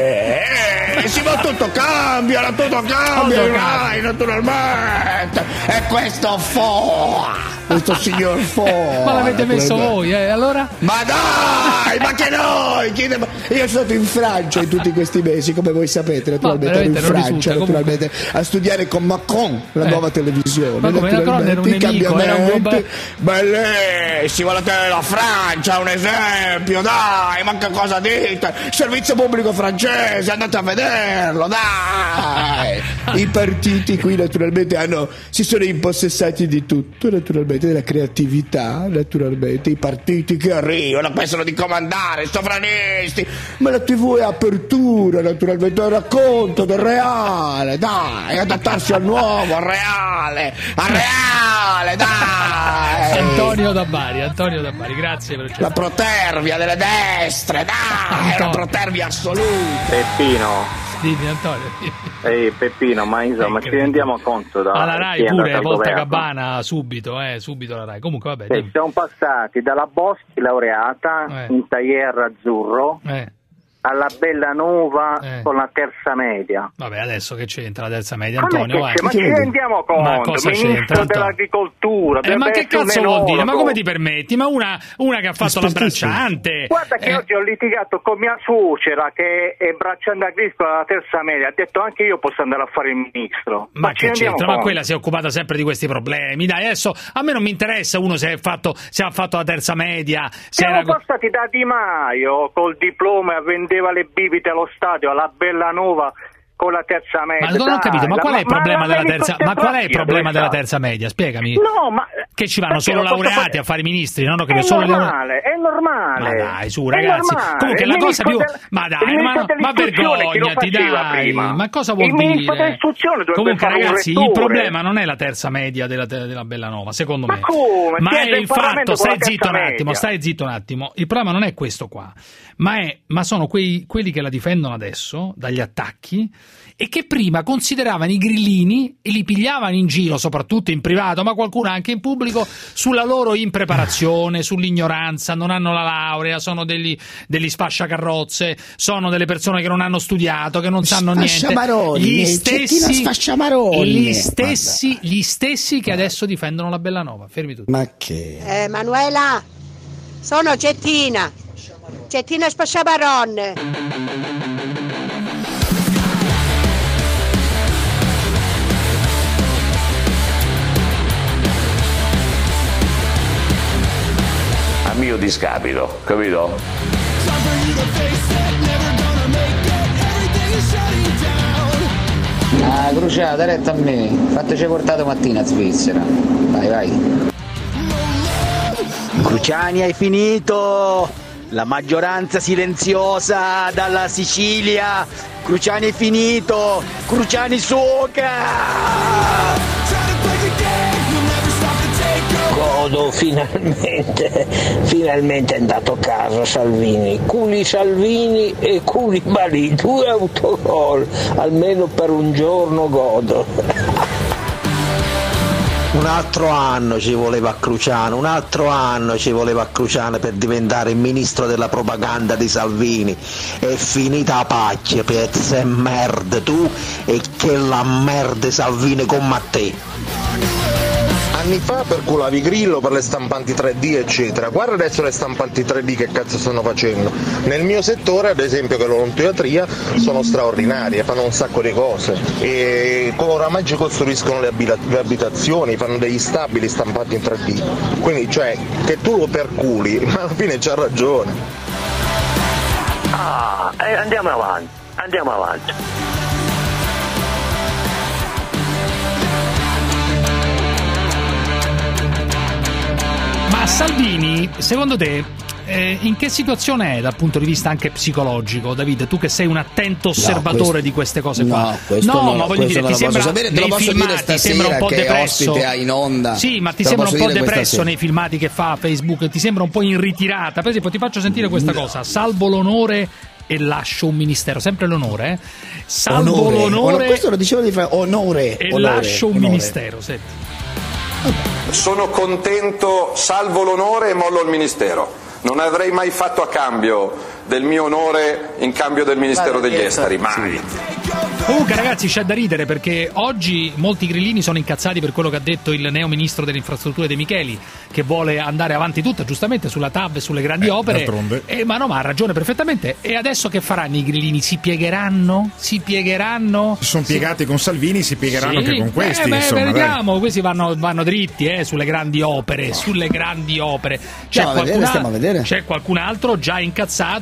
Eh, si va tutto cambia, tutto cambia, Tutto Rai, naturalmente. E questo Fo, questo signor Fo. Ma l'avete messo naturalmente. voi, eh? Allora? Ma dai, ma che noi? Chi ne- Io sono stato in Francia in tutti questi mesi, come voi sapete, naturalmente ero in veramente non Francia, risulta, naturalmente, a studiare con Macron la Eh. nuova televisione. Ma come Macron era un naturalmente, i nemico, era un cambiamenti. globa- Bellissimo, la, tele- la Francia è un esempio, dai, ma che cosa dite? Servizio pubblico Palazzo Francese, andate a vederlo, dai! I partiti qui naturalmente hanno, si sono impossessati di tutto, naturalmente, della creatività, naturalmente, i partiti che arrivano, pensano di comandare, sovranisti, ma la tivù è apertura, naturalmente, è un racconto del reale, dai, adattarsi al nuovo, al reale, al reale, dai! Antonio da Bari, Antonio da Bari, grazie per la protervia delle destre, dai, è una protervia assoluta. Peppino. Dimmi Antonio. Ehi Peppino, ma insomma ci rendiamo conto da alla Rai pure Volta Gabbana subito, eh, subito la Rai. Comunque vabbè. Sì, siamo passati dalla Boschi laureata eh. in taglier azzurro eh. alla Bellanova eh. con la terza media. Vabbè, adesso che c'entra la terza media, Come Antonio? Che ma ci rendiamo conto? Ma cosa Ministro c'entra, dell'agricoltura, eh, ma che cazzo vuol dire? Ma come ti permetti? Ma una, una che ha fatto la bracciante. Guarda che eh. oggi ho litigato con mia suocera che è bracciante agricola alla terza media, ha detto anche io posso andare a fare il ministro. Ma, ma che ci c'entra? Ma quella si è occupata sempre di questi problemi. Dai, adesso a me non mi interessa uno se, è fatto, se ha fatto la terza media. Se Siamo era... passati da Di Maio col diploma e vendeva le bibite allo stadio, alla Bellanova con la terza media. Ma non ho capito, ma qual è il problema della terza? Ma qual è il problema della terza? terza media? Spiegami. No, ma che ci vanno solo laureati fare... a fare i ministri, no? no che è solo normale, è normale. Ma dai, su ragazzi. Comunque la cosa più del... Ma dai, ma, ma vergognati, dai. Prima. Ma cosa vuol il dire? Comunque ragazzi, il problema non è la terza media della, della Bellanova, secondo me. Ma come? Ma è il fatto, stai zitto un media. attimo, stai zitto un attimo. Il problema non è questo qua, ma è ma sono quei quelli che la difendono adesso dagli attacchi e che prima consideravano i grillini e li pigliavano in giro, soprattutto in privato, ma qualcuno anche in pubblico, sulla loro impreparazione, sull'ignoranza, non hanno la laurea, sono degli, degli sfasciacarrozze, sono delle persone che non hanno studiato, che non sanno niente. Gli stessi, gli stessi, gli stessi che adesso difendono la Bellanova. Fermi tutti. Ma che? Eh, Manuela, sono Cettina, Cettina Spasciabaronne. A mio discapito, capito? Ah, crociata, retta a me. Fateci portare mattina a Svizzera. Vai, vai. Cruciani, hai finito! La maggioranza silenziosa dalla Sicilia. Cruciani, hai finito! Cruciani, suoca! Godo, finalmente, finalmente è andato a casa Salvini. Culi Salvini e Koulibaly, due autogol, almeno per un giorno godo. Un altro anno ci voleva a Cruciano, un altro anno ci voleva a Cruciano per diventare il ministro della propaganda di Salvini. È finita a pacchia, pezzo e merda tu e che la merda Salvini con te. Anni fa perculavi Grillo per le stampanti tre D eccetera, guarda adesso le stampanti tre D che cazzo stanno facendo. Nel mio settore ad esempio che l'odontoiatria sono straordinarie, fanno un sacco di cose e oramai ci costruiscono le, abita- le abitazioni, fanno degli stabili stampati in tre D, quindi cioè che tu lo perculi ma alla fine c'ha ragione. Ah, eh, andiamo avanti, andiamo avanti. Ma Salvini, secondo te, eh, in che situazione è dal punto di vista anche psicologico, Davide? Tu che sei un attento osservatore no, questo, di queste cose qua. No, questo no non, ma voglio dire, ti sembra sapere, nei filmati sembra un po' depresso. In onda. Sì, ma ti sembra un po' depresso nei filmati che fa a Facebook, ti sembra un po' irritirata. Per esempio, ti faccio sentire questa no. cosa, salvo l'onore e lascio un ministero, sempre l'onore, eh? Salvo onore. l'onore. Questo lo dicevo di fare onore e onore, lascio un onore. ministero, senti. Sono contento, salvo l'onore e mollo il ministero. Non avrei mai fatto a cambio del mio onore in cambio del Ministero degli Esteri, mai. Comunque ragazzi c'è da ridere perché oggi molti grillini sono incazzati per quello che ha detto il neo ministro delle infrastrutture De Micheli, che vuole andare avanti tutta giustamente sulla T A V e sulle grandi eh, opere eh, ma no, ma ha ragione perfettamente. E adesso che faranno i grillini? Si piegheranno? Si piegheranno? Si sono piegati si... con Salvini, si piegheranno sì. anche con questi, eh, beh, insomma, vediamo, questi vanno, vanno dritti eh, sulle grandi opere, sulle grandi opere. C'è, no, qualcun, vedere, stiamo a vedere. c'è qualcun altro già incazzato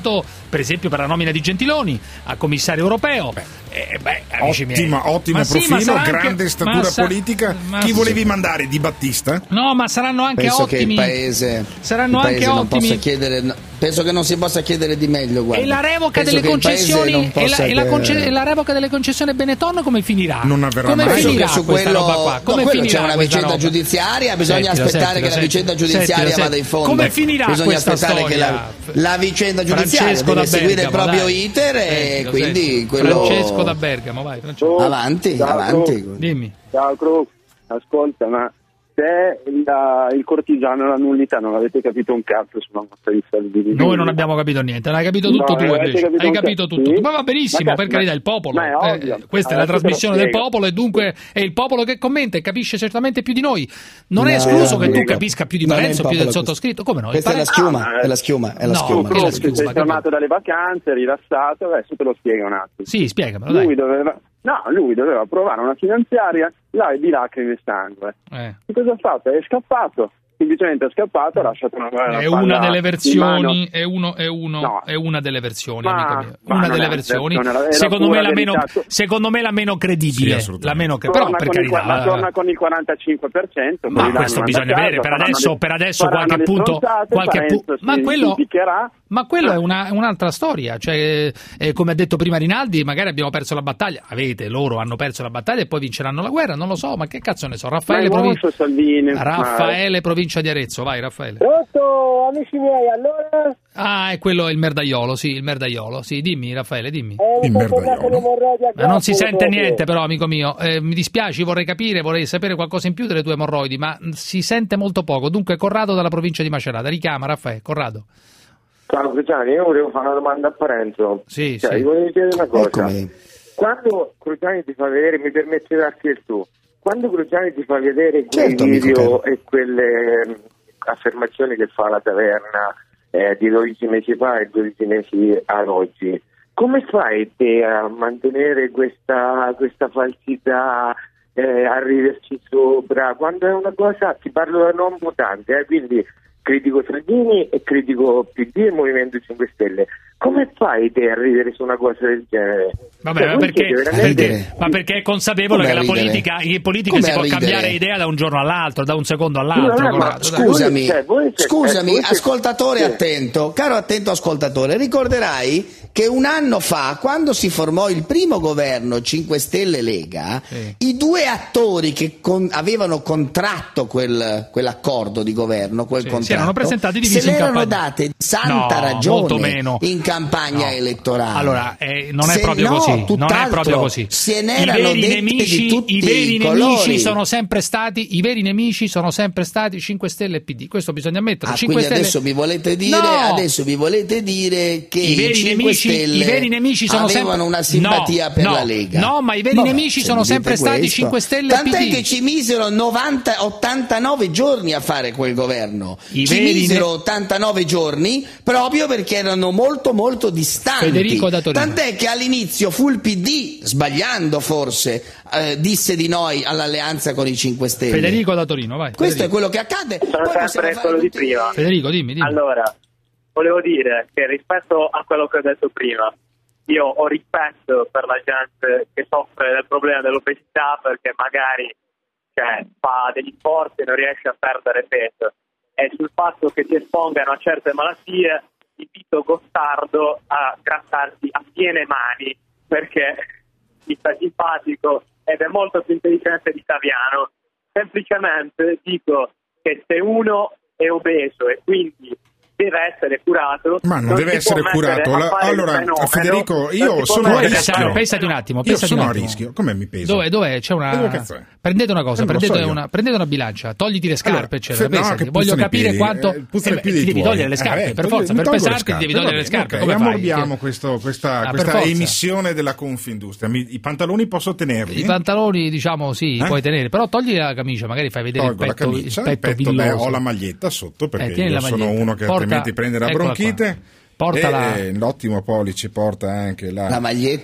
votato per esempio per la nomina di Gentiloni a commissario europeo. Eh, beh, amici miei. Ottima, ottimo Ma sì, profilo, ma grande anche, statura sa, politica. Chi sì. volevi mandare? Di Battista? No, ma saranno anche penso ottimi. Che il paese, saranno il paese anche non ottimi. Possa chiedere, no, penso che non si possa chiedere di meglio. Guarda. E la revoca penso delle concessioni e la, e, la conce- e la revoca delle concessioni a Benetton come finirà? Non avverrà come mai. finirà su questa quello, roba qua? Come no, finirà c'è una questa vicenda roba? giudiziaria, bisogna Sentilo, aspettare sentilo, che la vicenda sentilo, giudiziaria sentilo, vada in fondo. come finirà bisogna questa aspettare storia? che la, la vicenda giudiziaria Francesco deve da seguire Bergamo, il proprio dai. iter e Sentilo, quindi sentilo. quello Francesco da Bergamo, vai Francesco. avanti, Ciao, avanti. Cru. Dimmi. Ciao Cru, ascolta, ma se il, il cortigiano e la nullità non avete capito un cazzo sulla mossa di Salvini. Noi non abbiamo capito niente, l'hai capito tutto No, tu avete invece. capito Hai un capito cazzo? tutto. Sì? Ma va benissimo, Ma per cazzo, carità, ma- il popolo. ma è ovvio. Eh, questa è Allora, la trasmissione del te lo spiego. popolo e dunque è il popolo che commenta e capisce certamente più di noi. Non è No, escluso che tu spiego. capisca più di Non è Parenzo, il più del popolo sottoscritto. Come no? Il Questa è la Parenzo- schiuma, Ah, è la schiuma, è la no, schiuma. che è la Cru, sei schiuma, tornato dalle vacanze, rilassato, adesso te lo spiego un attimo. Sì, spiegamelo, dai. Lui doveva, no, lui doveva approvare una finanziaria là di lacrime e sangue. Eh. E cosa ha fatto? È scappato. Semplicemente è scappato, ha lasciato una, una È palla una delle in versioni, mano. è uno, è uno, No. è una delle versioni, Ma- amico mio. ma Una non delle è una versioni, versione, era- era secondo me pura la meno, verità. secondo me la meno Sì, credibile, assolutamente. la meno che, Torna però per con il, carità, qua- ma eh, torna con il quarantacinque per cento. ma poi questo l'anno bisogna a casa, vedere per faranno adesso, le- per adesso faranno qualche le punto, stronzate, qualche pu- Parenzo ma si- quello, si picchierà. ma quello è una, un'altra storia, cioè eh, come ha detto prima Rinaldi, magari abbiamo perso la battaglia, avete, loro hanno perso la battaglia e poi vinceranno la guerra, non lo so, ma che cazzo ne so, Raffaele, Ma è Provin- mosso, Salvini, ma- Raffaele provincia di Arezzo, vai Raffaele. Pronto, amici miei, allora? Ah, è quello è il merdaiolo, sì, il merdaiolo, sì, dimmi Raffaele, dimmi. Eh, mi sono tornato le emorroidi a Ma non si groppo, sente proprio. niente però, amico mio, eh, mi dispiaci, vorrei capire, vorrei sapere qualcosa in più delle tue emorroidi, ma si sente molto poco, dunque Corrado dalla provincia di Macerata, richiama Raffaele, Corrado. Ciao Cruciani, io volevo fare una domanda a Parenzo. Sì, cioè, sì. Gli volevo chiedere una cosa. Eccomi. Quando Cruciani ti fa vedere, mi permette di darti il tuo, quando Cruciani ti fa vedere quei Certo, amico video caro. e quelle mh, affermazioni che fa la taverna eh, di dodici mesi fa e dodici mesi ad oggi, come fai te a mantenere questa, questa falsità, eh, a riderci sopra, quando è una cosa, ti parlo da non votante, eh, quindi critico Salvini e critico P D e Movimento cinque Stelle. Come fai te a ridere su una cosa del genere? Vabbè, Cioè, ma, voi perché, siete veramente- perché- ma perché è consapevole Come che a la ridere? politica, in politica Come si a può ridere? cambiare idea da un giorno all'altro, da un secondo all'altro. No, no, ma Corrado, dai. Scusami, Cioè, voi siete- scusami, voi siete- ascoltatore sì. attento, caro attento ascoltatore, ricorderai che un anno fa, quando si formò il primo governo cinque Stelle Lega, Sì. i due attori che con- avevano contratto quel, quell'accordo di governo, quel Sì, si contratto, erano presentati divisi se in le erano campagna. date santa No, ragione molto meno. in campagna No. elettorale. Allora, eh, non è Se proprio no, così. Non è tutt'altro, proprio così. se ne I erano veri dette nemici, di tutti i veri i nemici colori. sono sempre stati, i veri nemici sono sempre stati cinque Stelle e P D. Questo bisogna ammetterlo. Ah, cinque quindi Stelle... adesso mi volete dire, No! adesso mi volete dire che I veri, cinque nemici, Stelle i veri nemici sono avevano sempre una simpatia no, per no, la Lega. No, ma i veri Vabbè, nemici se sono mi dite sempre stati questo. cinque Stelle e Tant'è P D. che ci misero novanta, ottantanove giorni a fare quel governo. I ci veri misero ne- ottantanove giorni proprio perché erano molto molto distanti. Federico da Torino. Tant'è che all'inizio fu il P D, sbagliando forse, eh, disse di noi all'alleanza con i cinque Stelle. Federico da Torino, vai. Questo Federico. è quello che accade. Sono Poi possiamo sempre fare quello di tutti- prima. Federico, dimmi, dimmi. Allora, volevo dire che rispetto a quello che ho detto prima, io ho rispetto per la gente che soffre del problema dell'obesità perché magari cioè, fa degli sforzi e non riesce a perdere peso. E sul fatto che si espongano a certe malattie, invito Gottardo a grattarsi a piene mani perché mi sta simpatico ed è molto più intelligente di Saviano. Semplicemente dico che se uno è obeso e quindi deve essere curato, Ma non deve si può essere mettere curato. a La- fare il allora, fenomeno, Federico, non io si può sono a mettere- rischio. Pensati un attimo, Io pensati sono un a attimo. rischio. Come mi peso? Dove, dove c'è una. Dove cazzo è? Prendete una cosa, Eh, non lo prendete, so io. una, prendete una bilancia, togliti le scarpe, Allora, eccetera. fe- no, pesati. che Voglio puzzano i capire piedi, quanto. eh, puzzano eh, i piedi ti devi tuoi. togliere le scarpe, Eh, per togli- forza, mi per tolgo le pesarti ti scarpe. devi togliere Va le bene, scarpe. ok, Come fai? ammorbiamo questo- questa, Ah, per questa forza. emissione della Confindustria. Mi- I pantaloni posso tenerli? I pantaloni, diciamo, sì, Eh? puoi tenere, però togli la camicia, magari fai vedere Tolgo il la petto, camicia, il petto, il petto, beh, villoso. ho la maglietta sotto perché Eh, tieni io la sono maglietta. uno che Porta- altrimenti prende la eccola bronchite. qua. Portala. E l'ottimo Pollice porta anche la, La maglietta.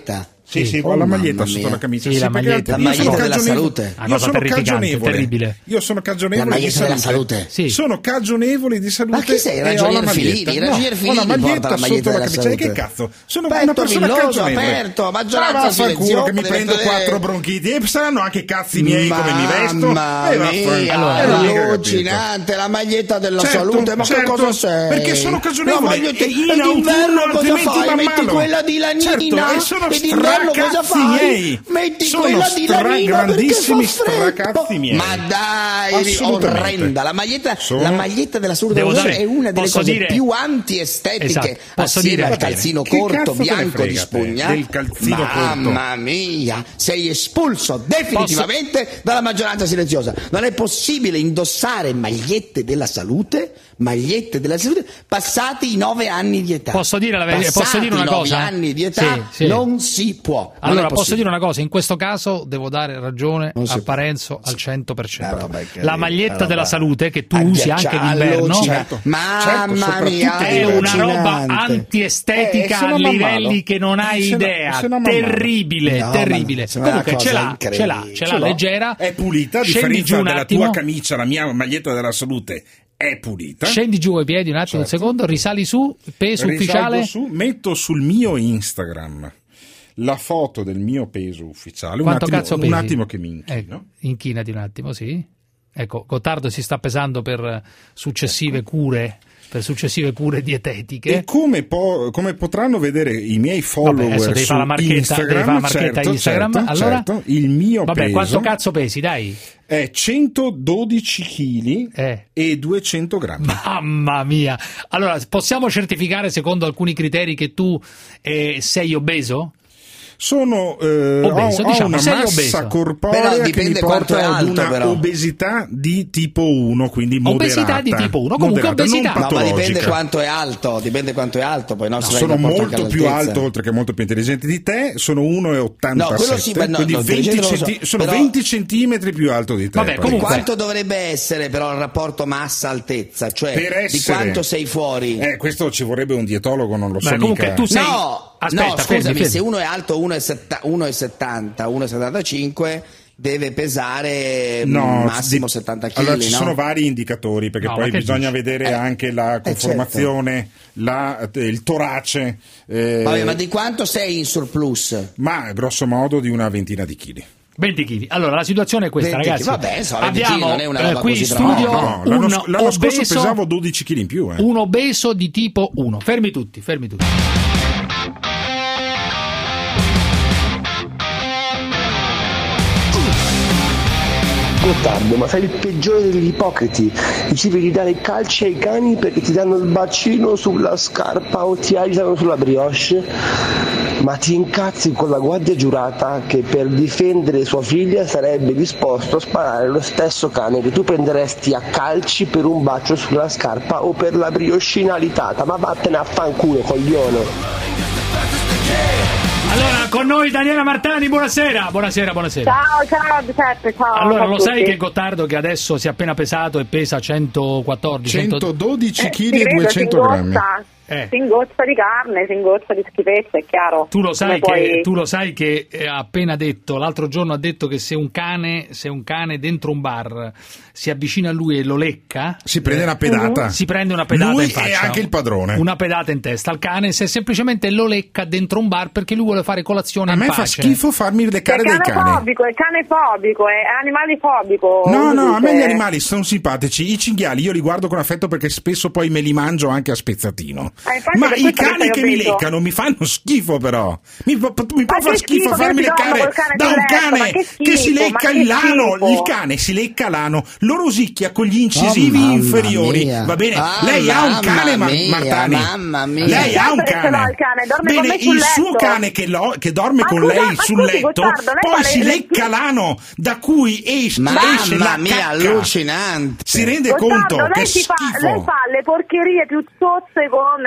Sì, sì, Oh, la maglietta mamma sotto mia. la camicia. Sì, Sì, la perché maglietta. La io maglietta sono della cagionevole. salute. Una Io cosa sono terrificante, cagionevole. terribile. Io sono cagionevole La di maglietta della salute. salute. Sì. Sono cagionevole di salute. Ma chi sei? e Ragionier ho la Filini? maglietta. Ragionier No, ho Filini la porta maglietta la maglietta sotto la della camicia. salute. Che cazzo? Sono Petto una persona villoso, cagionevole. aperto, maggioranza Ma vaffanculo silenziosa, che mi deve prendo vedere- quattro bronchiti e saranno anche cazzi miei come mi vesto. Mamma E vaffanculo. mia, Allora, è non ho mica allucinante, la maglietta della Certo, salute, ma certo, che cosa sei? perché sono cagionevole. La maglietta- E in e d'inverno autunno cosa altrimenti fai? Metti m'ammalo. quella di lanina Certo, e sono e d'inverno cosa stracazzi fai? miei. Metti Sono quella di stra- lanina grandissimi perché fa freddo. stracazzi miei. Ma dai, Assolutamente. orrenda, la maglietta, Sono- la maglietta della salute Devo della dare- è una delle posso cose dire- più antiestetiche Esatto, posso assieme dire- al calzino Che corto cazzo te ne bianco frega di te spugna. del calzino Mamma mia, sei espulso definitivamente dalla maggioranza silenziosa. Non è possibile indossare magliette della salute, magliette della salute passati i nove anni di età. Posso dire la verità? Passati Posso dire una i nove cosa? anni di età Sì, sì. non si può. Non Allora, è posso possibile. dire una cosa, in questo caso devo dare ragione Non si a può. Parenzo al cento per cento. Eh, vabbè, che La lì, maglietta eh, vabbè. della salute che tu usi anche Agghiacciallo, d'inverno certo. Mamma Certo, mia, soprattutto è una roba allucinante. antiestetica Eh, se a non livelli m'ammalo. che non hai Se no- idea. se non m'ammalo. Terribile, No, terribile. ma sembra una Comunque ce cosa l'ha, ce l'ha, incredibile. ce Ce l'ha l'ho. leggera. È pulita, a Scendi giù differenza un della attimo. tua camicia, la mia maglietta della salute è pulita. Scendi giù ai piedi un attimo, Certo. un secondo, risali su, peso Risalgo ufficiale. su, metto sul mio Instagram la foto del mio peso ufficiale. Un Quanto attimo, cazzo un pesi? attimo che mi inchino. Ecco, inchinati un attimo, sì. Ecco, Gottardo si sta pesando per successive cure, per successive cure dietetiche. E come, po- come potranno vedere i miei follower adesso devi su fare la marchetta, Instagram, devi fare la marchetta certo, Instagram. certo, Allora? certo, il mio Vabbè, peso quanto cazzo pesi, dai? è centododici chili Eh. e duecento grammi. Mamma mia! Allora, possiamo certificare secondo alcuni criteri che tu eh, sei obeso? Sono eh, Obeso, ho, ho diciamo, una sei massa obeso. corporea Però che mi dipende quanto porta è ad alto, una però. obesità di tipo uno, quindi moderata. Obesità di tipo uno, comunque moderata, obesità. non No, ma dipende patologica. quanto è alto, dipende quanto è alto, poi no, No, se vai sono in rapporto anche molto più all'altezza. alto, oltre che molto più intelligente di te. Sono uno virgola ottantasette, No, quello sì, beh, no, quindi no, venti intelligente non lo so, centi- sono però- venti centimetri più alto di te. Vabbè, poi. comunque- Quanto dovrebbe essere però il rapporto massa-altezza? Cioè, Per di essere- quanto sei fuori? Eh, questo ci vorrebbe un dietologo, non lo so Beh, comunque mica. tu sei- No, Aspetta, no, fermi, scusami, fermi. se uno è alto uno virgola settanta, uno virgola settantacinque deve pesare No, massimo di- settanta chili, allora ci no? sono vari indicatori, perché No, ma poi che bisogna dici? vedere Eh, anche la eh, conformazione, la- il torace, eh, Vabbè, ma di quanto sei in surplus? ma grosso modo di una ventina di chili. venti chili. Allora, la situazione è questa, venti ragazzi. chili. Vabbè, so, venti chili Abbiamo non è una eh, roba qui in così studio drammatica. No, l'anno, un sc- l'anno scorso obeso, pesavo dodici chili in più. Eh. un obeso di tipo uno. Fermi tutti, fermi tutti. Gottardo, ma sei il peggiore degli ipocriti. Dicevi di dare calci ai cani perché ti danno il bacino sulla scarpa o ti agitano sulla brioche, ma ti incazzi con la guardia giurata che per difendere sua figlia sarebbe disposto a sparare lo stesso cane che tu prenderesti a calci per un bacio sulla scarpa o per la brioscina alitata. Ma vattene a fanculo, coglione. Allora, con noi Daniela Martani, buonasera. Buonasera, buonasera. Ciao, ciao Giuseppe, ciao. Allora, ciao lo a sai tutti. che Gottardo, che adesso si è appena pesato e pesa centoquattordici, centododici Eh, chili ti e credo, duecento si grammi. ingozza, Eh. si ingozza di carne, si ingozza di schifezze, è chiaro. Tu lo sai Come che, puoi- tu lo sai che eh, ha appena detto, l'altro giorno ha detto che se un cane, se un cane dentro un bar si avvicina a lui e lo lecca, Si prende una pedata. si prende una pedata Lui in faccia. e anche il padrone. Una pedata in testa al cane se semplicemente lo lecca dentro un bar perché lui vuole fare colazione A in me pace. fa schifo farmi È leccare dai cane cani. fobico, è cane fobico, è animale fobico. No, come no, a me dice. gli animali sono simpatici. I cinghiali io li guardo con affetto perché spesso poi me li mangio anche a spezzatino. Ah, infatti Ma per i questo cani che che ho mi detto. leccano mi fanno schifo, però. Mi, può- mi può Ma far che schifo schifo, farmi che ti dormo leccare col cane da sul un letto, cane ma che che si schifo, lecca ma che il lano. schifo. Il cane si lecca l'ano, lo rosicchia con gli incisivi Oh, mamma inferiori. mia. Va bene? Ah, Lei ha un mamma cane, Mar- mia, Martani. mamma mia. Lei ha un Certo che ce l'ho cane. il cane, dorme con Bene, me sul il suo letto. cane che, lo- che dorme Ma con scusa, lei ma sul scusi, letto, Gottardo, lei poi fa le- si le- lecca l'ano da cui esce, esce la Mamma mia, cacca. allucinante. Si rende Gottardo, conto lei che si fa, schifo. lei fa le porcherie più zozze con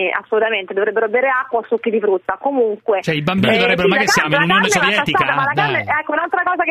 bambini assolutamente dovrebbero bere acqua o succhi di frutta. Comunque, cioè i bambini eh, dovrebbero, sì, ma che la siamo in carne- Unione la carne va Sovietica? tassata, ma la carne- Dai. ecco, un'altra cosa che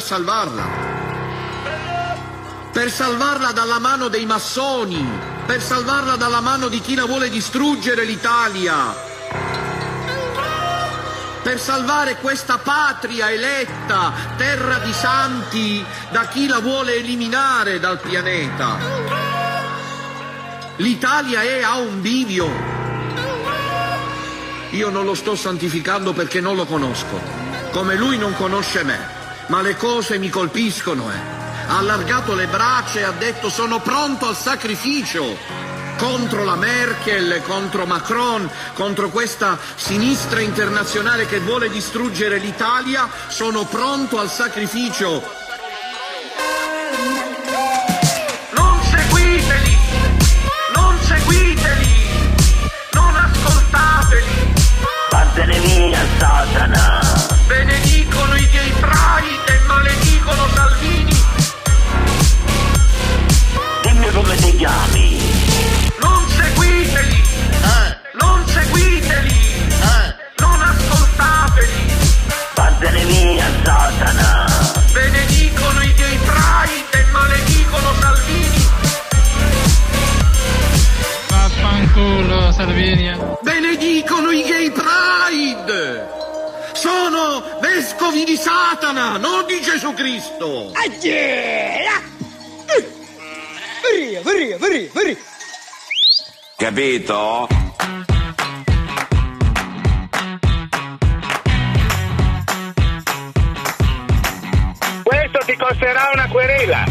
per salvarla. Per salvarla dalla mano dei massoni, per salvarla dalla mano di chi la vuole distruggere l'Italia, per salvare questa patria eletta, terra di santi, da chi la vuole eliminare dal pianeta. L'Italia è a un bivio. Io non lo sto santificando perché non lo conosco, come lui non conosce me, ma le cose mi colpiscono. Eh. Ha allargato le braccia e ha detto: sono pronto al sacrificio contro la Merkel, contro Macron, contro questa sinistra internazionale che vuole distruggere l'Italia. Sono pronto al sacrificio. Non seguiteli, non seguiteli, non ascoltateli. Vattene via, Satana. Benedicono i gay pride e maledicono Salvini. Dimmi come ti chiami. Non seguiteli, eh. non seguiteli, eh. non ascoltateli. Vattene via, Satana. Benedicono i gay pride e maledicono Salvini. Vaffanculo, Salvini. Benedicono i gay pride. Sono vescovi di Satana, non di Gesù Cristo. Varia, varia, varia, varia. Capito? Questo ti costerà una querela.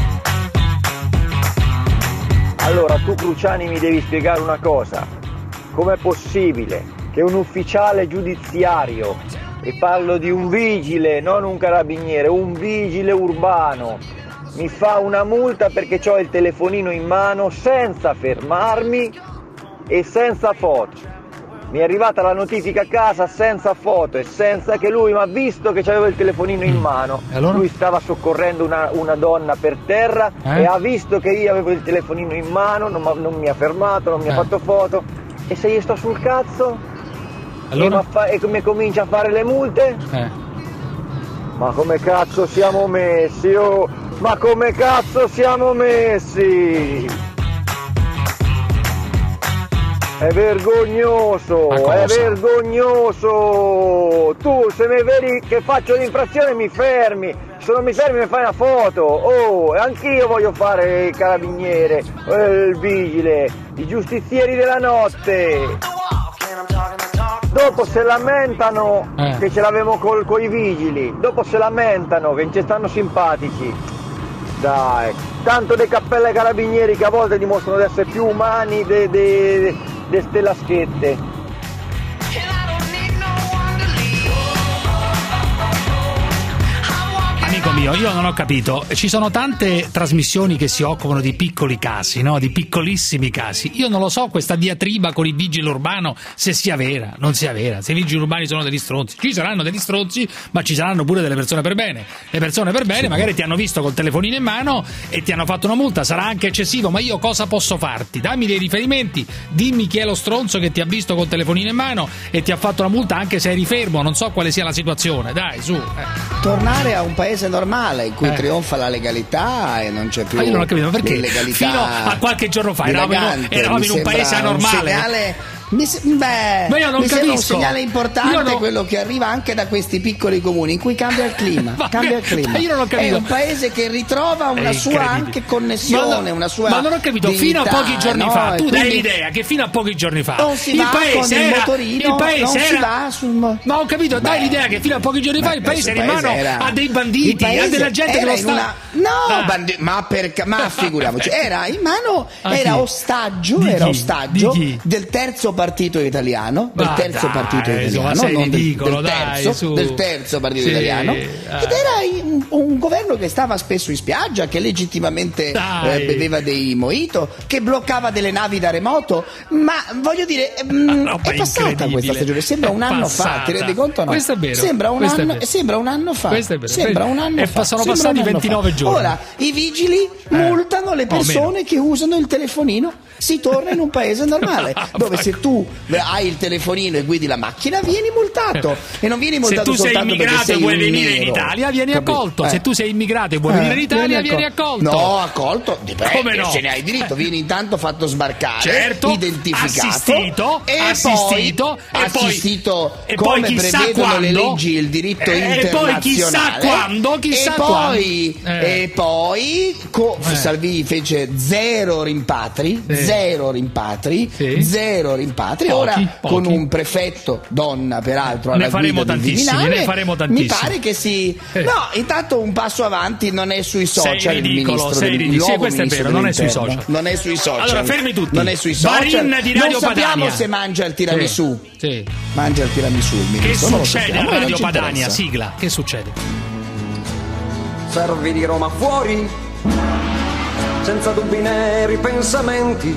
Allora, tu Cruciani mi devi spiegare una cosa. Com'è possibile che un ufficiale giudiziario, e parlo di un vigile, non un carabiniere, un vigile urbano, mi fa una multa perché ho il telefonino in mano senza fermarmi e senza foto? Mi è arrivata la notifica a casa senza foto e senza che lui mi ha visto che avevo il telefonino in mano. Allora? Lui stava soccorrendo una, una donna per terra eh? e ha visto che io avevo il telefonino in mano, non, non mi ha fermato, non mi eh. ha fatto foto. E se io sto sul cazzo allora? e, fa- e mi comincia a fare le multe? Eh. Ma come cazzo siamo messi? Oh? Ma come cazzo siamo messi? È vergognoso, è vergognoso. Tu se mi vedi che faccio l'infrazione mi fermi, se non mi fermi mi fai una foto. Oh, anch'io voglio fare il carabiniere, il vigile, i giustizieri della notte. Dopo se lamentano eh. che ce l'avevo col, coi vigili, dopo se lamentano che non ci stanno simpatici. Dai, tanto dei cappelle carabinieri che a volte dimostrano di essere più umani de, de, de ste laschette. Amico mio, io non ho capito, ci sono tante trasmissioni che si occupano di piccoli casi, no? Di piccolissimi casi. Io non lo so questa diatriba con il vigile urbano se sia vera, non sia vera, se i vigili urbani sono degli stronzi. Ci saranno degli stronzi, ma ci saranno pure delle persone per bene. Le persone per bene magari ti hanno visto col telefonino in mano e ti hanno fatto una multa, sarà anche eccessivo, ma io cosa posso farti? Dammi dei riferimenti, dimmi chi è lo stronzo che ti ha visto col telefonino in mano e ti ha fatto una multa anche se eri fermo, non so quale sia la situazione, dai, su. Eh. Tornare a un paese normale in cui eh. trionfa la legalità e non c'è più ah, io non ho capito perché l'illegalità. Fino a qualche giorno fa eravamo in, eravamo in un paese anormale. Un segnale, mi, se, beh, ma io non mi sembra un segnale importante non... quello che arriva anche da questi piccoli comuni in cui cambia il clima. ma cambia il clima. Ma io non ho capito. È un paese che ritrova una sua anche connessione, ma, una sua ma non ho capito, dignità, fino a pochi giorni no? fa tu quindi... dai l'idea che fino a pochi giorni fa non si il va paese con era il motorino, il paese non era si va sul... ma ho capito, beh, dai l'idea che fino a pochi giorni fa il paese era in mano era... a dei banditi, a della gente che lo sta una... no, ah. bandi... ma per ma figuriamoci, era in mano ah, era chi? ostaggio, di era chi? ostaggio del terzo partito italiano. Del ma terzo dai, partito italiano, sei non ridicolo, del, del, terzo, dai, del terzo partito sì, italiano, eh. ed era un, un governo che stava spesso in spiaggia, che legittimamente eh, beveva dei mojito, che bloccava delle navi da remoto. Ma voglio dire, mh, è passata questa stagione, sembra un anno fa, ti rendi conto? No? Questo è vero. Sembra un, Questo anno, sembra un anno fa. Questo è vero. Sembra un anno e fa. Sono sembra passati ventinove fa. giorni. Ora i vigili multano le persone che usano il telefonino. Si torna in un paese normale dove se tu tu hai il telefonino e guidi la macchina, vieni multato. E non vieni multato se tu sei immigrato e vuoi venire nero. in Italia, vieni Capito? accolto. Eh. Se tu sei immigrato e vuoi Eh, venire in Italia, vieni vieni accol- accolto. No, accolto, dipende, Come no? se ne hai diritto. Vieni intanto fatto sbarcare, Certo, identificato, assistito, e assistito, poi, e poi- assistito e come poi chissà prevedono le quando- leggi, il diritto Eh, e internazionale. poi chissà quando, chissà e poi, quando. Eh. e poi co- Eh. Salvini fece zero rimpatri, Sì. zero rimpatri, Sì. zero rimpatri. Pochi, Ora pochi. con un prefetto donna, peraltro, Ne alla faremo guida del tantissimi, Viminale, ne faremo mi tantissimi. pare che si Eh. no, intanto un passo avanti non è sui Sei social il ridicolo, ministro sei del- il ridicolo. Sì, nuovo questo è ministro vero, non è sui dell'interno. social. Non è sui social. Allora, fermi tutti. Non è sui social. Varin di Radio non sappiamo Padania. se mangia il tiramisù. Sì, sì. Mangia il tiramisù il Che ministro. non lo succede sappiamo a e non Radio ci Padania? interessa. Sigla, che succede? Servi di Roma fuori, senza dubbi né ripensamenti.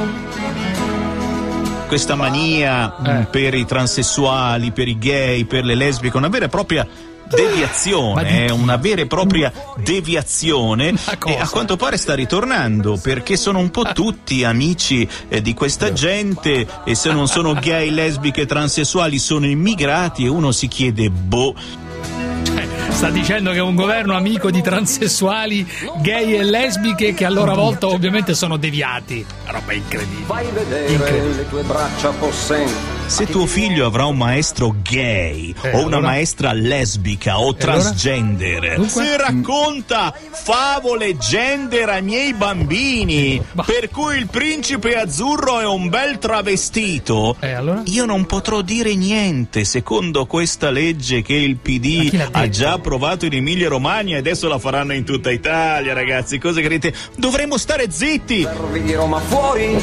Questa mania mh, per i transessuali, per i gay, per le lesbiche, una vera e propria deviazione, è una vera e propria deviazione e a quanto pare sta ritornando perché sono un po' tutti amici eh, di questa gente e se non sono gay, lesbiche, transessuali sono immigrati e uno si chiede boh. Sta dicendo che è un governo amico di transessuali, gay e lesbiche che a loro volta ovviamente sono deviati. Roba incredibile. Fai vedere le tue braccia possenti. Se tuo figlio avrà un maestro gay Eh, o una allora? maestra lesbica o transgender, Dunque? se racconta favole gender ai miei bambini, per cui il principe azzurro è un bel travestito, Eh, allora? io non potrò dire niente secondo questa legge che il P D ha già approvato in Emilia Romagna e adesso la faranno in tutta Italia, ragazzi. Cosa credete? Dovremmo stare zitti. Servi di Roma fuori,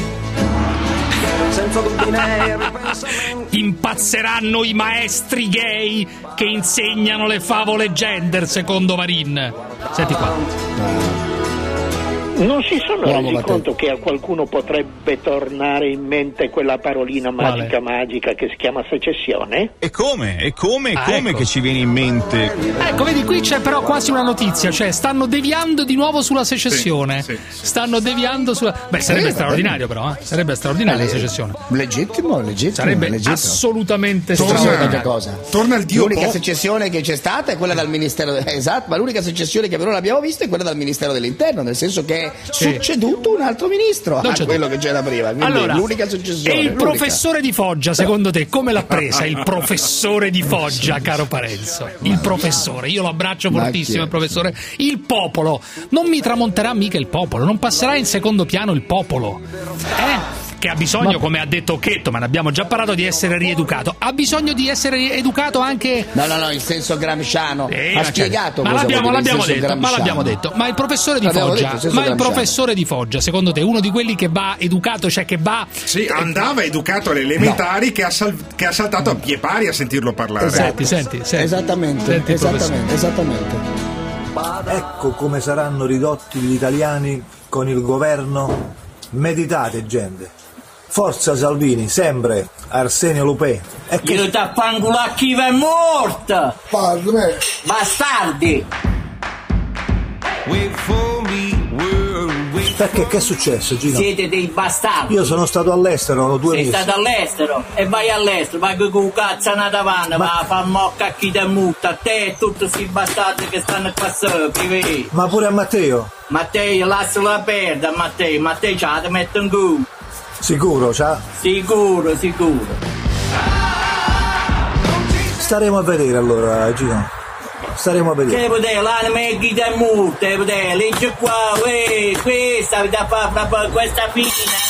senza dubbi né ripensamenti. Impazzeranno i maestri gay che insegnano le favole gender, secondo Varin. Senti qua. Non si sono Uomo resi Matteo. conto che a qualcuno potrebbe tornare in mente quella parolina magica magica che si chiama secessione? E come? E come? Ah, come ecco. che ci viene in mente? Ecco, vedi, qui c'è però quasi una notizia, cioè stanno deviando di nuovo sulla secessione. Sì, sì, Stanno deviando sulla... Beh, sarebbe Eh, straordinario però, eh? Sarebbe straordinaria la secessione. Legittimo, legittimo. Sarebbe legittimo. assolutamente Torna, straordinaria. cosa. Torna il dio L'unica Po- secessione che c'è stata è quella dal Ministero eh, esatto, ma l'unica secessione che però l'abbiamo vista è quella dal Ministero dell'Interno, nel senso che è Sì. succeduto un altro ministro Non a c'è quello dubbio. che c'era prima. Quindi Allora, l'unica secessione. e il l'unica. professore di Foggia, secondo te, come l'ha presa il professore di Foggia, caro Parenzo? Il professore, io lo abbraccio Ma fortissimo, chi è? il professore. Il popolo, non mi tramonterà mica il popolo, non passerà in secondo piano il popolo. Eh? Che ha bisogno, come ha detto Occhetto, ma ne abbiamo già parlato, di essere rieducato. Ha bisogno di essere educato anche... No, no, no, il senso gramsciano. Eh, ha ma spiegato ma cosa l'abbiamo, vuol dire il l'abbiamo senso detto, ma gramsciano. l'abbiamo detto. Ma il professore di L'abbiamo Foggia, detto, il senso ma il gramsciano. professore di Foggia, secondo te, uno di quelli che va educato, cioè che va... Sì, andava educato alle elementari che, ha sal- che ha saltato a pie pari a sentirlo parlare. Senti, senti, senti. Esattamente, Senti il esattamente, esattamente. Ecco come saranno ridotti gli italiani con il governo. Meditate, gente. Forza Salvini, sempre Arsenio Lupè. E che... Io ti affanculo a chi è morta! Bastardi! Perché che è successo, Gino? Siete dei bastardi! Io sono stato all'estero, ho due Sei mesi. stato all'estero e vai all'estero, vai con cazzo una davanti, ma... va a far mocca a chi te mutta, a te e tutti questi bastardi che stanno qua sopra, vedi? Ma pure a Matteo? Matteo, lascialo perdere a Matteo, Matteo ce la mette in culo. Sicuro, ciao? Sicuro, sicuro. Staremo a vedere allora, Gino. Staremo a Che vedere. potete, l'anima è chi te mutta, potete, legge qua, uè, questa avete a fare proprio questa fine,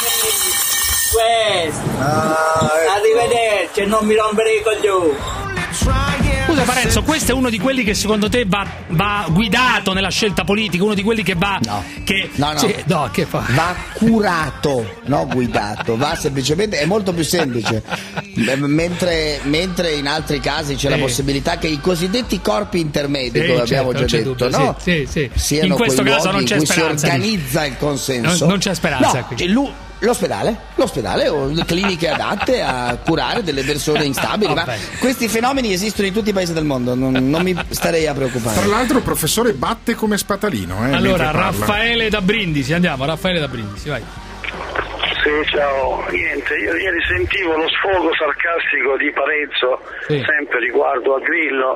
uè, questa. Ah, ecco. Arrivederci, non mi rompere i coglioni. Scusa Parenzo, questo è uno di quelli che secondo te va, va guidato nella scelta politica, uno di quelli che va... No. Che, No, no. sì, no, che fa? Va curato, no guidato, va semplicemente, è molto più semplice. M- Mentre, mentre in altri casi c'è la Sì. possibilità che i cosiddetti corpi intermedi, Sì, come certo, abbiamo già non c'è detto, dubbio, no? sì, sì, sì. siano In questo quei caso luoghi non c'è in cui si speranza. organizza il consenso. Non- non c'è speranza No, qui. cioè, lu- l'ospedale, l'ospedale o le cliniche adatte a curare delle persone instabili, ma Vabbè. questi fenomeni esistono in tutti i paesi del mondo, non, non mi starei a preoccupare. Tra l'altro il professore batte come spatalino. Eh, Allora, mentre parla. Raffaele da Brindisi, andiamo, Raffaele da Brindisi, vai. Sì, ciao. Niente, io ieri sentivo lo sfogo sarcastico di Parenzo, sì. sempre riguardo a Grillo,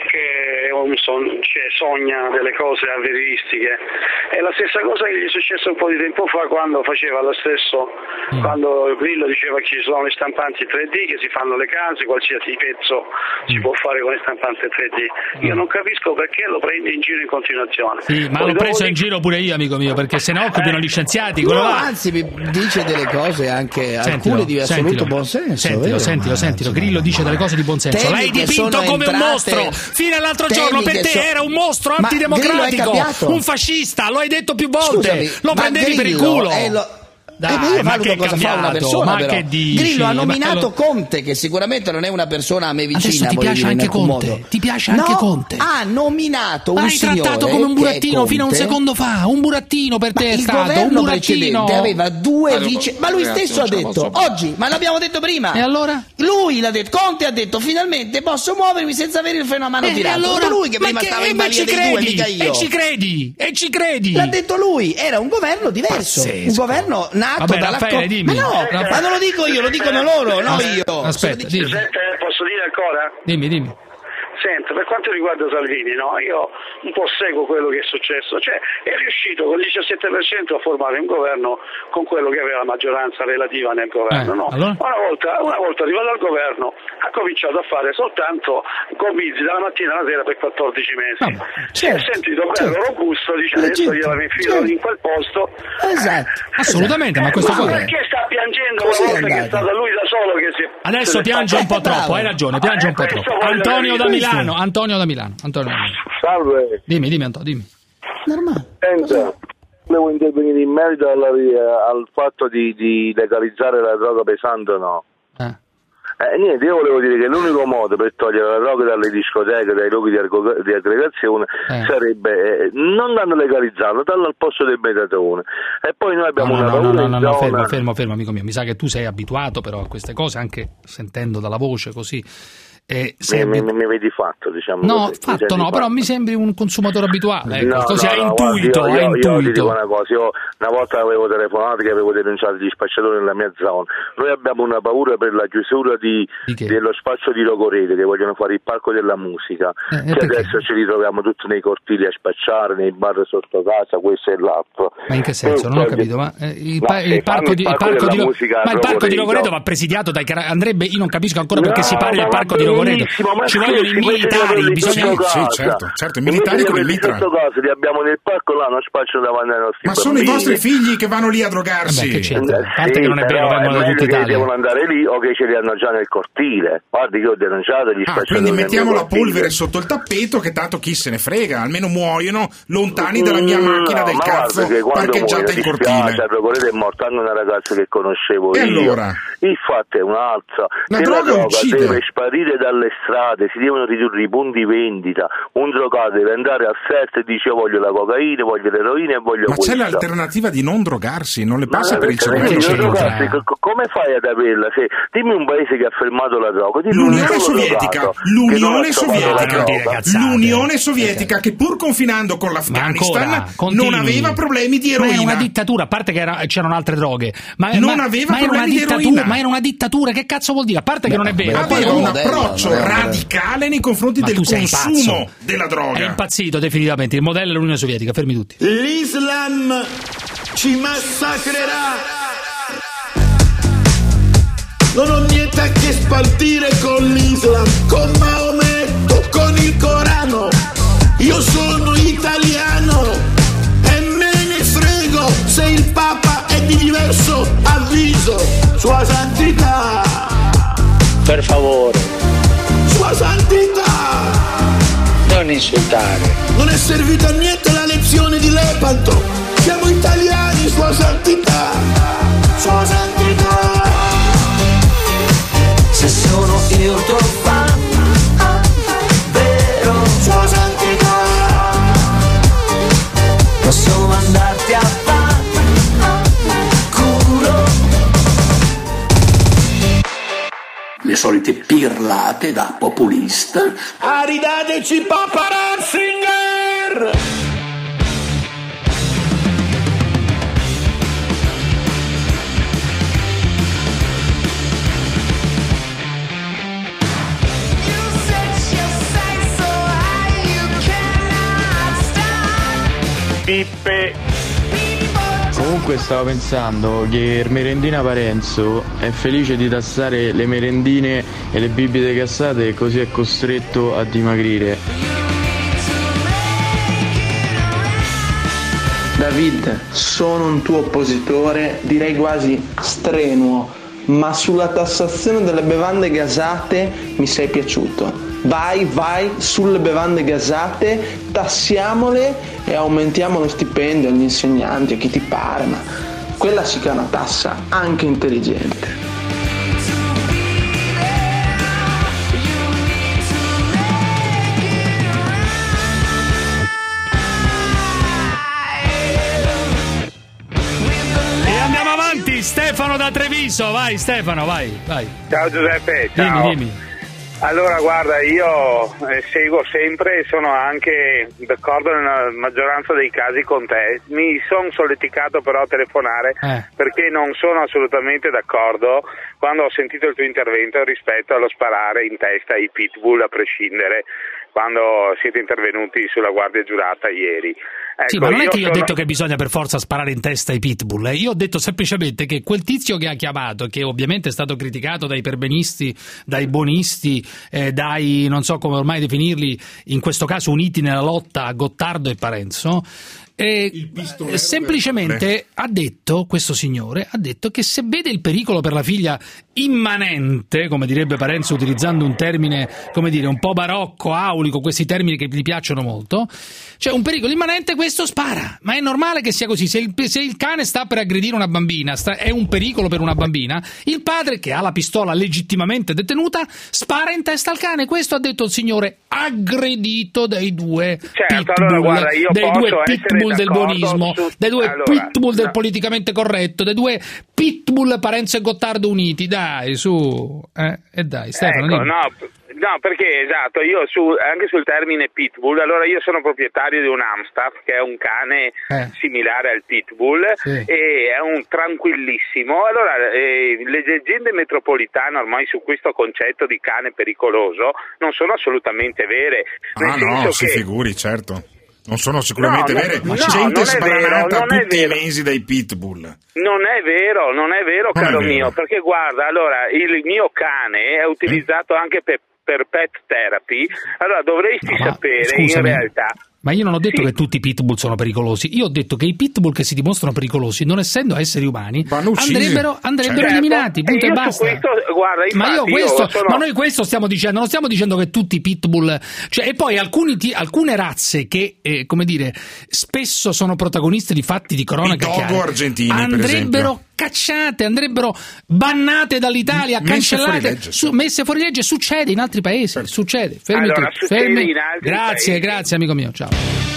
che è un son, cioè, sogna delle cose avveristiche. È la stessa cosa che gli è successo un po' di tempo fa quando faceva lo stesso, mm. quando Grillo diceva che ci sono le stampanti tre D, che si fanno le case, qualsiasi pezzo mm. si può fare con le stampanti tre D. Mm. Io non capisco perché lo prendi in giro in continuazione. Sì, ma l'ho preso in giro pure io, amico mio, perché se ne occupano gli scienziati. No, anzi, mi dice delle cose anche sentilo, alcune di assoluto buonsenso. Sentilo, sentilo, sentilo. Grillo dice delle cose di buonsenso. L'hai dipinto come un mostro fino all'altro giorno. Per te so... era un mostro antidemocratico, un fascista. Lo hai detto più volte. Scusami, lo prendevi per il culo. Lo... Dai, eh, io valuto cosa fa una persona, ma però. Che dici? Grillo ha nominato lo... Conte, che sicuramente non è una persona a me vicina. Adesso ti piace anche Conte? Modo. Ti piace no, anche Conte? Ha nominato ma un hai signore trattato come un burattino fino a un secondo fa. Un burattino per te ma è il stato. governo un precedente aveva due vice. Ma lui stesso ha detto oggi, ma l'abbiamo detto prima. E allora? Lui l'ha detto. Conte ha detto finalmente posso muovermi senza avere il freno a mano eh, tirato. Allora? Lui che prima che, stava in balia dei credi, due, mica io. E ci credi, e ci credi. L'ha detto lui. Era un governo diverso. Pazzesco. Un governo nato Vabbè, dalla Raffaele, dimmi. Ma no, ma non lo dico io, lo dicono loro, no io. Aspetta, dimmi. Posso dire ancora? Dimmi, dimmi. Senta, per quanto riguarda Salvini, no, io un po' seguo quello che è successo, cioè è riuscito con il diciassette per cento a formare un governo con quello che aveva la maggioranza relativa nel governo, eh, no? Allora? Una volta, una volta arrivato al governo ha cominciato a fare soltanto comizi dalla mattina alla sera per quattordici mesi. No, si certo, è sentito bello certo. robusto, dice adesso gliela mi infilo certo. in quel posto. Esatto. Assolutamente, eh, ma questo ma qua perché sta piangendo una volta che è stato lui da solo che si adesso piange un po' troppo, hai ragione, piange un po' troppo. Antonio da Milano, Antonio da Milano, Antonio da Milano. Salve. Dimmi, dimmi Antonio, dimmi. Normale. Senta, devo intervenire in merito alla, al fatto di, di legalizzare la droga pesante o no? Eh. Eh, niente, io volevo dire che l'unico modo per togliere la droga dalle discoteche, dai luoghi di, argo- di aggregazione eh. sarebbe eh, non danno legalizzarlo, darlo al posto del metatone. E poi noi abbiamo no, una no, no, no, no, no, zona... fermo, fermo, fermo, amico mio. Mi sa che tu sei abituato però a queste cose, anche sentendo dalla voce così. Eh, mi, mi, mi vedi fatto, diciamo no, così, fatto no, fatto. Però mi sembri un consumatore abituale, ecco, no, così no, hai no, intuito, guarda, io, hai io, intuito. Io ti dico una cosa, io una volta avevo telefonato che avevo denunciato gli spacciatori nella mia zona. Noi abbiamo una paura per la chiusura di, di dello spazio di Rocorete, che vogliono fare il parco della musica, eh, che adesso ci ritroviamo tutti nei cortili a spacciare, nei bar sotto casa, questo e l'altro. Ma in che senso? Non ho capito, ma eh, il, pa- no, il, parco di, il parco di Rocoreto, ma il parco di Rocoreto va presidiato dai car- andrebbe, io non capisco ancora perché no, si parla del parco di Rocoreto. Ci vogliono i militari, bisogna... Sì, certo, certo, i militari con il mitra. Li abbiamo nel parco là, non spacciano davanti ai nostri ma bambini. sono i vostri figli che vanno lì a drogarsi. Vabbè, che c'entra? Eh, a parte sì, che non è vero, vengono da tutta Italia. Devono andare lì o che ce li hanno già nel cortile. Guardi che ho denunciato gli ah, spacciatori. Quindi mettiamo la polvere sotto il tappeto, che tanto chi se ne frega, almeno muoiono lontani dalla mia macchina no, del ma cazzo parcheggiata in cortile. A Rocorete è morta anche una ragazza che conoscevo e io. Allora? Il fatto è un altro. La Se droga, la droga uccide. deve sparire dalle strade, si devono ridurre i punti vendita. Un drogato deve andare a sette e dice io voglio la cocaina, voglio l'eroina e voglio ma questa. C'è l'alternativa di non drogarsi, non le passa ma per il cervello. Come fai ad averla? Se, dimmi un paese che ha fermato la droga. L'Unione Sovietica, l'Unione Sovietica, l'Unione eh. Sovietica che pur confinando con l'Afghanistan ancora, non aveva problemi di eroina. Ma è una dittatura, a parte che era, c'erano altre droghe. Ma, non ma, aveva ma problemi di eroina. Ma era una dittatura, che cazzo vuol dire? A parte che non è vero. Aveva un approccio radicale nei confronti ma del consumo della droga. È impazzito definitivamente, il modello dell'Unione Sovietica, fermi tutti. L'Islam ci massacrerà. Non ho niente a che spartire con l'Islam, con Maometto, con il Corano. Io sono italiano e me ne frego se il Papa è di diverso avviso. Sua Santità, per favore, Sua Santità, non insultare. non è servita a niente la lezione di Lepanto. Siamo italiani, Sua Santità, Sua Santità. Se sono io il tuo fan, vero, Sua Santità, posso mandarti a fan culo. Le solite pirlate da populista. Aridateci Papa Ratzinger! pippe. Comunque stavo pensando che il merendina Parenzo è felice di tassare le merendine e le bibite cassate e così è costretto a dimagrire. David, sono un tuo oppositore, direi quasi strenuo, ma sulla tassazione delle bevande gasate mi sei piaciuto. Vai, vai sulle bevande gasate, tassiamole e aumentiamo lo stipendio agli insegnanti, a chi ti pare, ma quella sì che è una tassa anche intelligente. E andiamo avanti, Stefano da Treviso, vai Stefano, vai, vai. Ciao Giuseppe, ciao. Dimmi, dimmi. Allora guarda, io eh, seguo sempre e sono anche d'accordo nella maggioranza dei casi con te. Mi sono solleticato però a telefonare eh. perché non sono assolutamente d'accordo quando ho sentito il tuo intervento rispetto allo sparare in testa ai pitbull a prescindere, quando siete intervenuti sulla guardia giurata ieri. Ecco, sì, ma non è che io sono... ho detto che bisogna per forza sparare in testa ai pitbull, eh. Io ho detto semplicemente che quel tizio che ha chiamato, che ovviamente è stato criticato dai perbenisti, dai buonisti, eh, dai, non so come ormai definirli, in questo caso uniti nella lotta a Gottardo e Parenzo, e semplicemente ha detto, questo signore ha detto che se vede il pericolo per la figlia immanente, come direbbe Parenzo utilizzando un termine, come dire, un po' barocco, aulico, questi termini che gli piacciono molto, cioè un pericolo immanente, questo spara. Ma è normale che sia così. Se il, se il cane sta per aggredire una bambina, sta, è un pericolo per una bambina, il padre, che ha la pistola legittimamente detenuta, spara in testa al cane. Questo ha detto il signore aggredito dai due certo, pitbull, allora, guarda, io dai due pitbull del d'accordo buonismo, su... dai due allora, pitbull del no. politicamente corretto, dai due pitbull Parenzo e Gottardo uniti. Dai, su, eh, e dai, Stefano. Ecco, no, no, perché esatto, io su, anche sul termine pitbull, allora io sono proprietario di un Amstaff, che è un cane eh. similare al pitbull, sì. E è un tranquillissimo. Allora, eh, le leggende metropolitane ormai su questo concetto di cane pericoloso non sono assolutamente vere. Ah no, si che... figuri, certo. Non sono sicuramente no, vere, no, gente no, sbranata tutti i vero. mesi dai pitbull. Non è vero, non è vero, non caro è vero. mio, perché guarda, allora, il mio cane è utilizzato eh? anche per, per pet therapy, allora dovresti no, sapere scusami. in realtà... Ma io non ho detto sì. che tutti i pitbull sono pericolosi, io ho detto che i pitbull che si dimostrano pericolosi, non essendo esseri umani, andrebbero, andrebbero certo. eliminati, punto e, e basta. Questo, guarda, ma, io questo, io sono... ma noi questo stiamo dicendo, non stiamo dicendo che tutti i pitbull, cioè, e poi alcuni, alcune razze che, eh, come dire, spesso sono protagoniste di fatti di cronaca I dogo argentini, andrebbero cacciate, andrebbero bannate dall'Italia, M- cancellate, messe fuori legge, su, messe fuori legge, succede in altri paesi, certo. succede. Fermi allora, tu, succede fermi. in altri Grazie, paesi. grazie amico mio, ciao.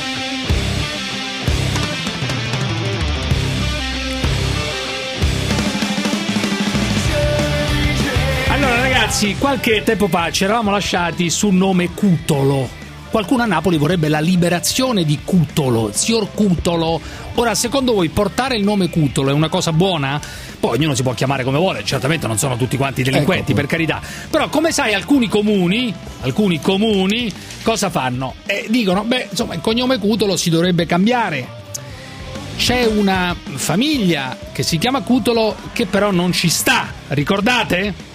Allora ragazzi, qualche tempo fa ci eravamo lasciati sul nome Cutolo. Qualcuno a Napoli vorrebbe la liberazione di Cutolo, signor Cutolo. Ora, secondo voi portare il nome Cutolo è una cosa buona? Poi ognuno si può chiamare come vuole, certamente non sono tutti quanti delinquenti, ecco, per carità. Però come sai alcuni comuni, alcuni comuni cosa fanno? Eh, dicono, beh, insomma, il cognome Cutolo si dovrebbe cambiare. C'è una famiglia che si chiama Cutolo che però non ci sta, ricordate?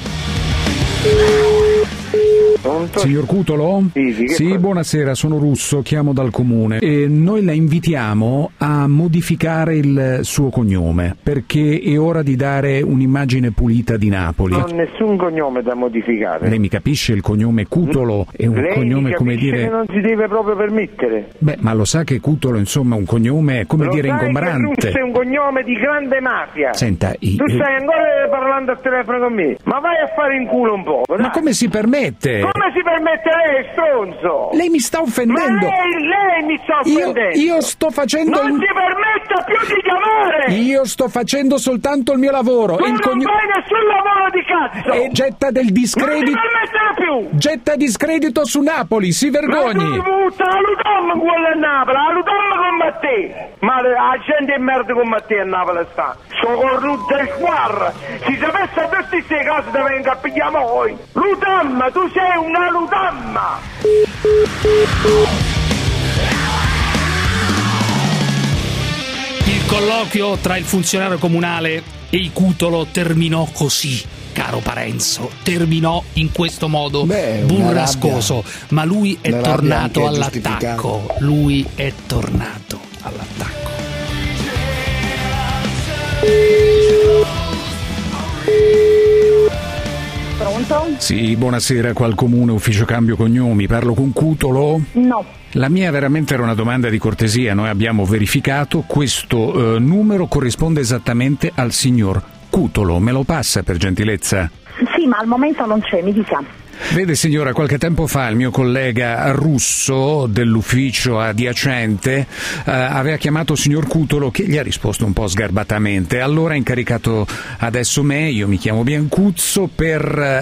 Signor Cutolo? Sì, sì, sì, buonasera, sono Russo, chiamo dal comune e noi la invitiamo a modificare il suo cognome perché è ora di dare un'immagine pulita di Napoli. Non ho nessun cognome da modificare. Lei mi capisce, il cognome Cutolo è un Lei cognome, mi come dire, che non si deve proprio permettere. Beh, ma lo sa che Cutolo, insomma, è un cognome, come lo dire, sai ingombrante. Che Russo è un cognome di grande mafia. Senta, io... tu stai ancora parlando al telefono con me, ma vai a fare in culo un po'. Dai. Ma come si permette? Come si permette? Lei è stronzo. Lei mi sta offendendo. Ma lei, lei mi sta offendendo. Io, io sto facendo non il... si permetta più di chiamare. Io sto facendo soltanto il mio lavoro. Tu il non cogn... fai nessun lavoro di cazzo. E getta del discredito. Non si permettere più. Getta discredito su Napoli, si vergogni. Ma tu butta la Ludom quella a Napoli, la Ludom con te. Ma la gente è merda come te a Napoli sta. Sono corrutto del squarra. Si sapesse a tutte queste cose dove incappigliamo voi. Ludom, tu sei una Ludom. colloquio tra il funzionario comunale e il Cutolo terminò così, caro Parenzo, terminò in questo modo. Beh, burrascoso, ma lui è tornato all'attacco, lui è tornato all'attacco. Pronto? Sì, buonasera, qual comune, ufficio cambio cognomi, parlo con Cutolo? No. La mia veramente era una domanda di cortesia, noi abbiamo verificato, questo eh, numero corrisponde esattamente al signor Cutolo, me lo passa per gentilezza? Sì, ma al momento non c'è, mi dica. Vede signora, qualche tempo fa il mio collega Russo dell'ufficio adiacente eh, aveva chiamato il signor Cutolo, che gli ha risposto un po' sgarbatamente. Allora ha incaricato adesso me, io mi chiamo Biancuzzo, per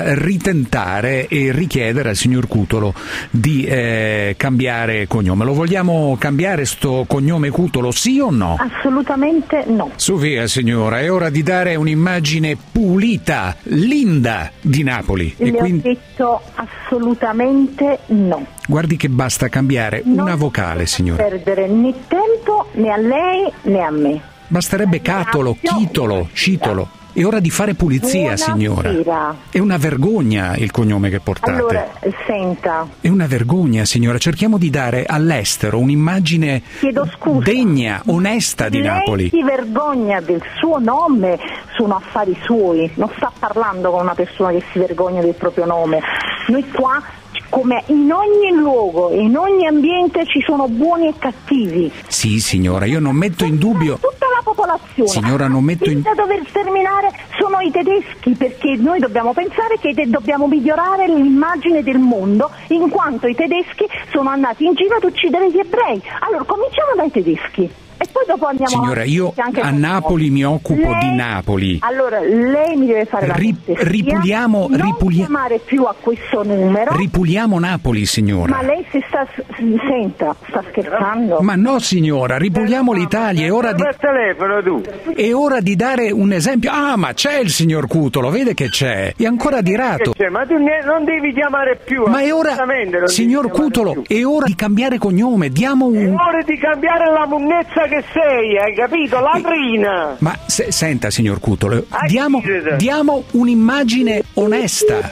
ritentare e richiedere al signor Cutolo di eh, cambiare cognome. Lo vogliamo cambiare sto cognome Cutolo, sì o no? Assolutamente no. Su via signora, è ora di dare un'immagine pulita, linda di Napoli. Le e quindi... ho detto assolutamente no. Guardi che basta cambiare non una vocale, signora. Non perdere né tempo né a lei né a me. Basterebbe Catolo, Chitolo, Citolo. È ora di fare pulizia, Buonasera. Signora. È una vergogna il cognome che portate. Allora, senta. È una vergogna, signora. Cerchiamo di dare all'estero un'immagine Chiedo scusa. degna, onesta di Lei Napoli. si vergogna del suo nome, sono affari suoi. Non sta parlando con una persona che si vergogna del proprio nome. Noi qua, come in ogni luogo, in ogni ambiente, ci sono buoni e cattivi. Sì, signora, io non metto in dubbio... Tutta la popolazione. Signora, non metto in... da dover sterminare sono i tedeschi, perché noi dobbiamo pensare che de- dobbiamo migliorare l'immagine del mondo, in quanto i tedeschi sono andati in giro ad uccidere gli ebrei. Allora, cominciamo dai tedeschi. E poi dopo andiamo Signora, io anche a Napoli mi occupo lei, di Napoli. Allora, lei mi deve fare la Ri- cortesia, ripuliamo, non ripulia- chiamare più a questo numero. Ripuliamo Napoli, signora. Ma lei si sta senta, sta scherzando? Ma no, signora, ripuliamo l'Italia, è ora di telefono tu. È ora di dare un esempio. Ah, ma c'è il signor Cutolo, vede che c'è. È ancora dirato. C'è, ma tu ne- non devi chiamare più. Ma è ora, signor Cutolo, è ora di cambiare cognome. Diamo un È ora di cambiare la munnezza che sei, hai capito? La trina. Ma se, senta, signor Cutolo, Ah, diamo, chiedete. diamo un'immagine onesta.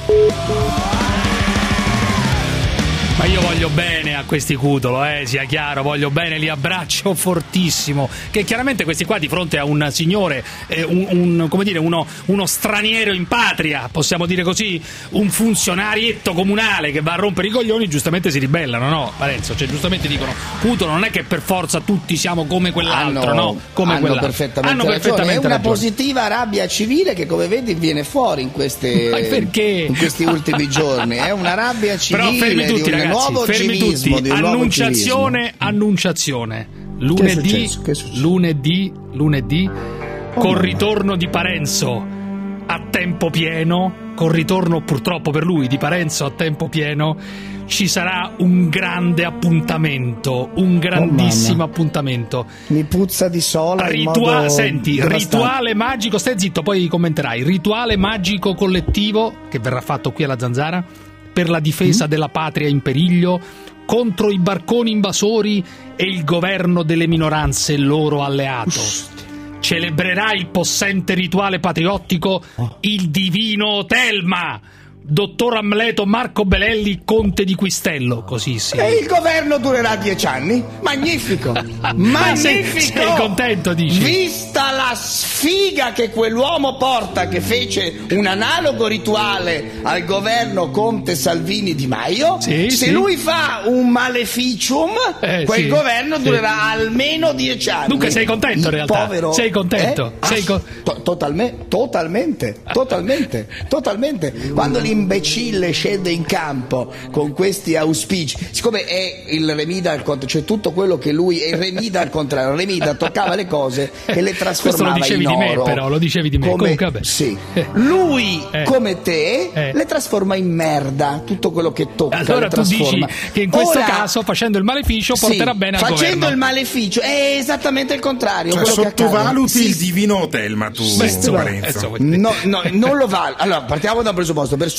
Ma io voglio bene a questi Cutolo, eh, sia chiaro, voglio bene, li abbraccio fortissimo. Che chiaramente questi qua di fronte a un signore, eh, un, un, come dire, uno, uno straniero in patria, possiamo dire così, un funzionarietto comunale che va a rompere i coglioni, giustamente si ribellano, no? Parenzo, cioè giustamente dicono, Cutolo non è che per forza tutti siamo come quell'altro, hanno, no? Come hanno quell'altro. perfettamente hanno ragione. perfettamente È una ragione. positiva rabbia civile che, come vedi, viene fuori in, queste, Ma perché? in questi ultimi giorni. È una rabbia Però civile fermi tutti, di un ragazzi, nuovo fermi civismo, tutti. di un nuovo Annunciazione, civismo. annunciazione. Lunedì, Che è successo? Che è successo? lunedì, lunedì, Oh, con no. ritorno di Parenzo a tempo pieno, con ritorno purtroppo per lui di Parenzo a tempo pieno, ci sarà un grande appuntamento, un grandissimo Oh, appuntamento. Mi puzza di sola in Ritua- modo senti, devastante. rituale magico, stai zitto, poi commenterai. Rituale magico collettivo che verrà fatto qui alla Zanzara per la difesa mm? della patria in periglio contro i barconi invasori e il governo delle minoranze loro alleato. Uff. Celebrerà il possente rituale patriottico oh. il divino Telma, dottor Amleto Marco Belelli, conte di Quistello, così sì. E il governo durerà dieci anni? Magnifico! Magnifico! sei, sei contento, dici? Vista la sfiga che quell'uomo porta, che fece un analogo rituale al governo Conte Salvini Di Maio, sì, se sì. lui fa un maleficium, eh, quel sì, governo sì. durerà almeno dieci anni. Dunque sei contento in il realtà? Povero... Sei contento? Eh? Sei co- to- totalme- totalmente, totalmente, totalmente. Quando l'imbecille scende in campo con questi auspici, siccome è il Remida al contrario, cioè tutto quello che lui è il Remida al contrario, Remida toccava le cose e le trasformava Questo lo dicevi in di me, oro. però lo dicevi di me. Come, Comunque, vabbè. sì. Lui eh. come te eh. le trasforma in merda, tutto quello che tocca. Allora le tu dici trasforma. che in questo Ora, caso facendo il maleficio porterà sì, bene al facendo governo. il maleficio è esattamente il contrario. Cioè, quello che sottovaluti accade. il Sì. divino Telma tu, Beh, Lorenzo. No, no, non lo vale. Allora, partiamo da un presupposto. Per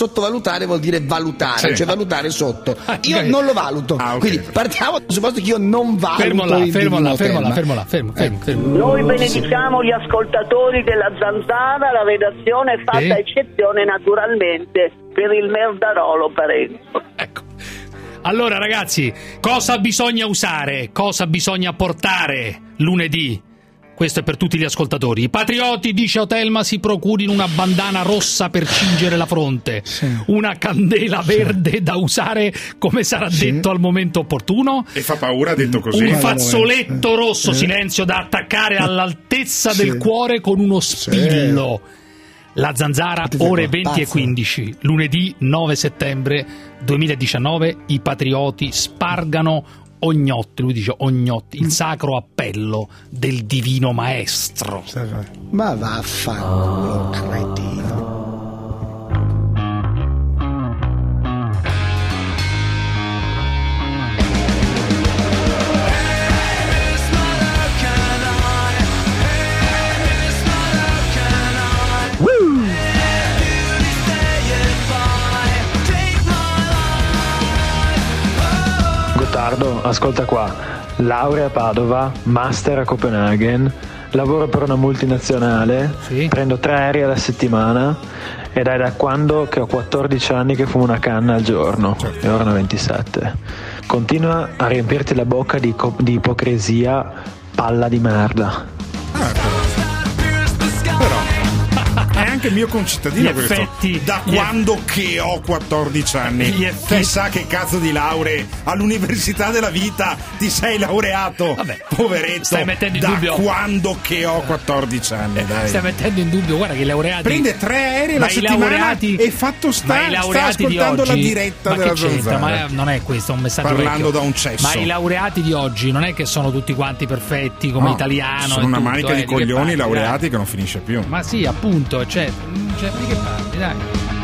sottovalutare vuol dire valutare, Sì. cioè valutare sotto. Io ok. non lo valuto, Ah, ok. quindi partiamo dal presupposto che io non valuto Fermo là, il fermo là, divino fermo là, tema. fermo là, fermo, fermo, fermo. Noi benediciamo gli ascoltatori della Zanzara, la redazione è fatta Sì. eccezione naturalmente per il merdarolo Parenzo. Ecco. Allora ragazzi, cosa bisogna usare? Cosa bisogna portare lunedì? Questo è per tutti gli ascoltatori. I patrioti, dice Otelma, si procurino una bandana rossa per cingere la fronte, una candela verde da usare come sarà detto al momento opportuno, E fa paura detto così. un fazzoletto rosso, silenzio, da attaccare all'altezza Sì. del cuore con uno spillo. La Zanzara, ore venti e quindici, lunedì nove settembre duemiladiciannove, i patrioti spargano Ognotti, lui dice Ognotti, il sacro appello del divino maestro. Ma vaffanculo, cretino. Gottardo, ascolta qua. Laurea a Padova, master a Copenaghen, lavoro per una multinazionale, prendo tre aerei alla settimana ed è da quando che ho quattordici anni che fumo una canna al giorno, e ora ne ho ventisette. Continua a riempirti la bocca di, co- di ipocrisia, palla di merda. È anche mio concittadino Gli questo. effetti- Da gli quando che ho quattordici anni. Gli effetti- Chissà che cazzo di lauree all'università della vita ti sei laureato. Poveretto. Stai mettendo in da dubbio- quando che ho quattordici anni, dai. Stai mettendo in dubbio, guarda che i laureati Prende tre aerei Ma alla i settimana laureati- e fatto sta, ma i sta laureati di ascoltando oggi, la diretta ma della che c'entra? Zanzara. Ma è- non è questo un messaggio Parlando vecchio. da un cesso. Ma i laureati di oggi non è che sono tutti quanti perfetti come No, italiano sono e una tutto, manica eh, di che coglioni parli, laureati dai. che non finisce più. Ma sì, appunto, cioè, cioè di che parli, dai.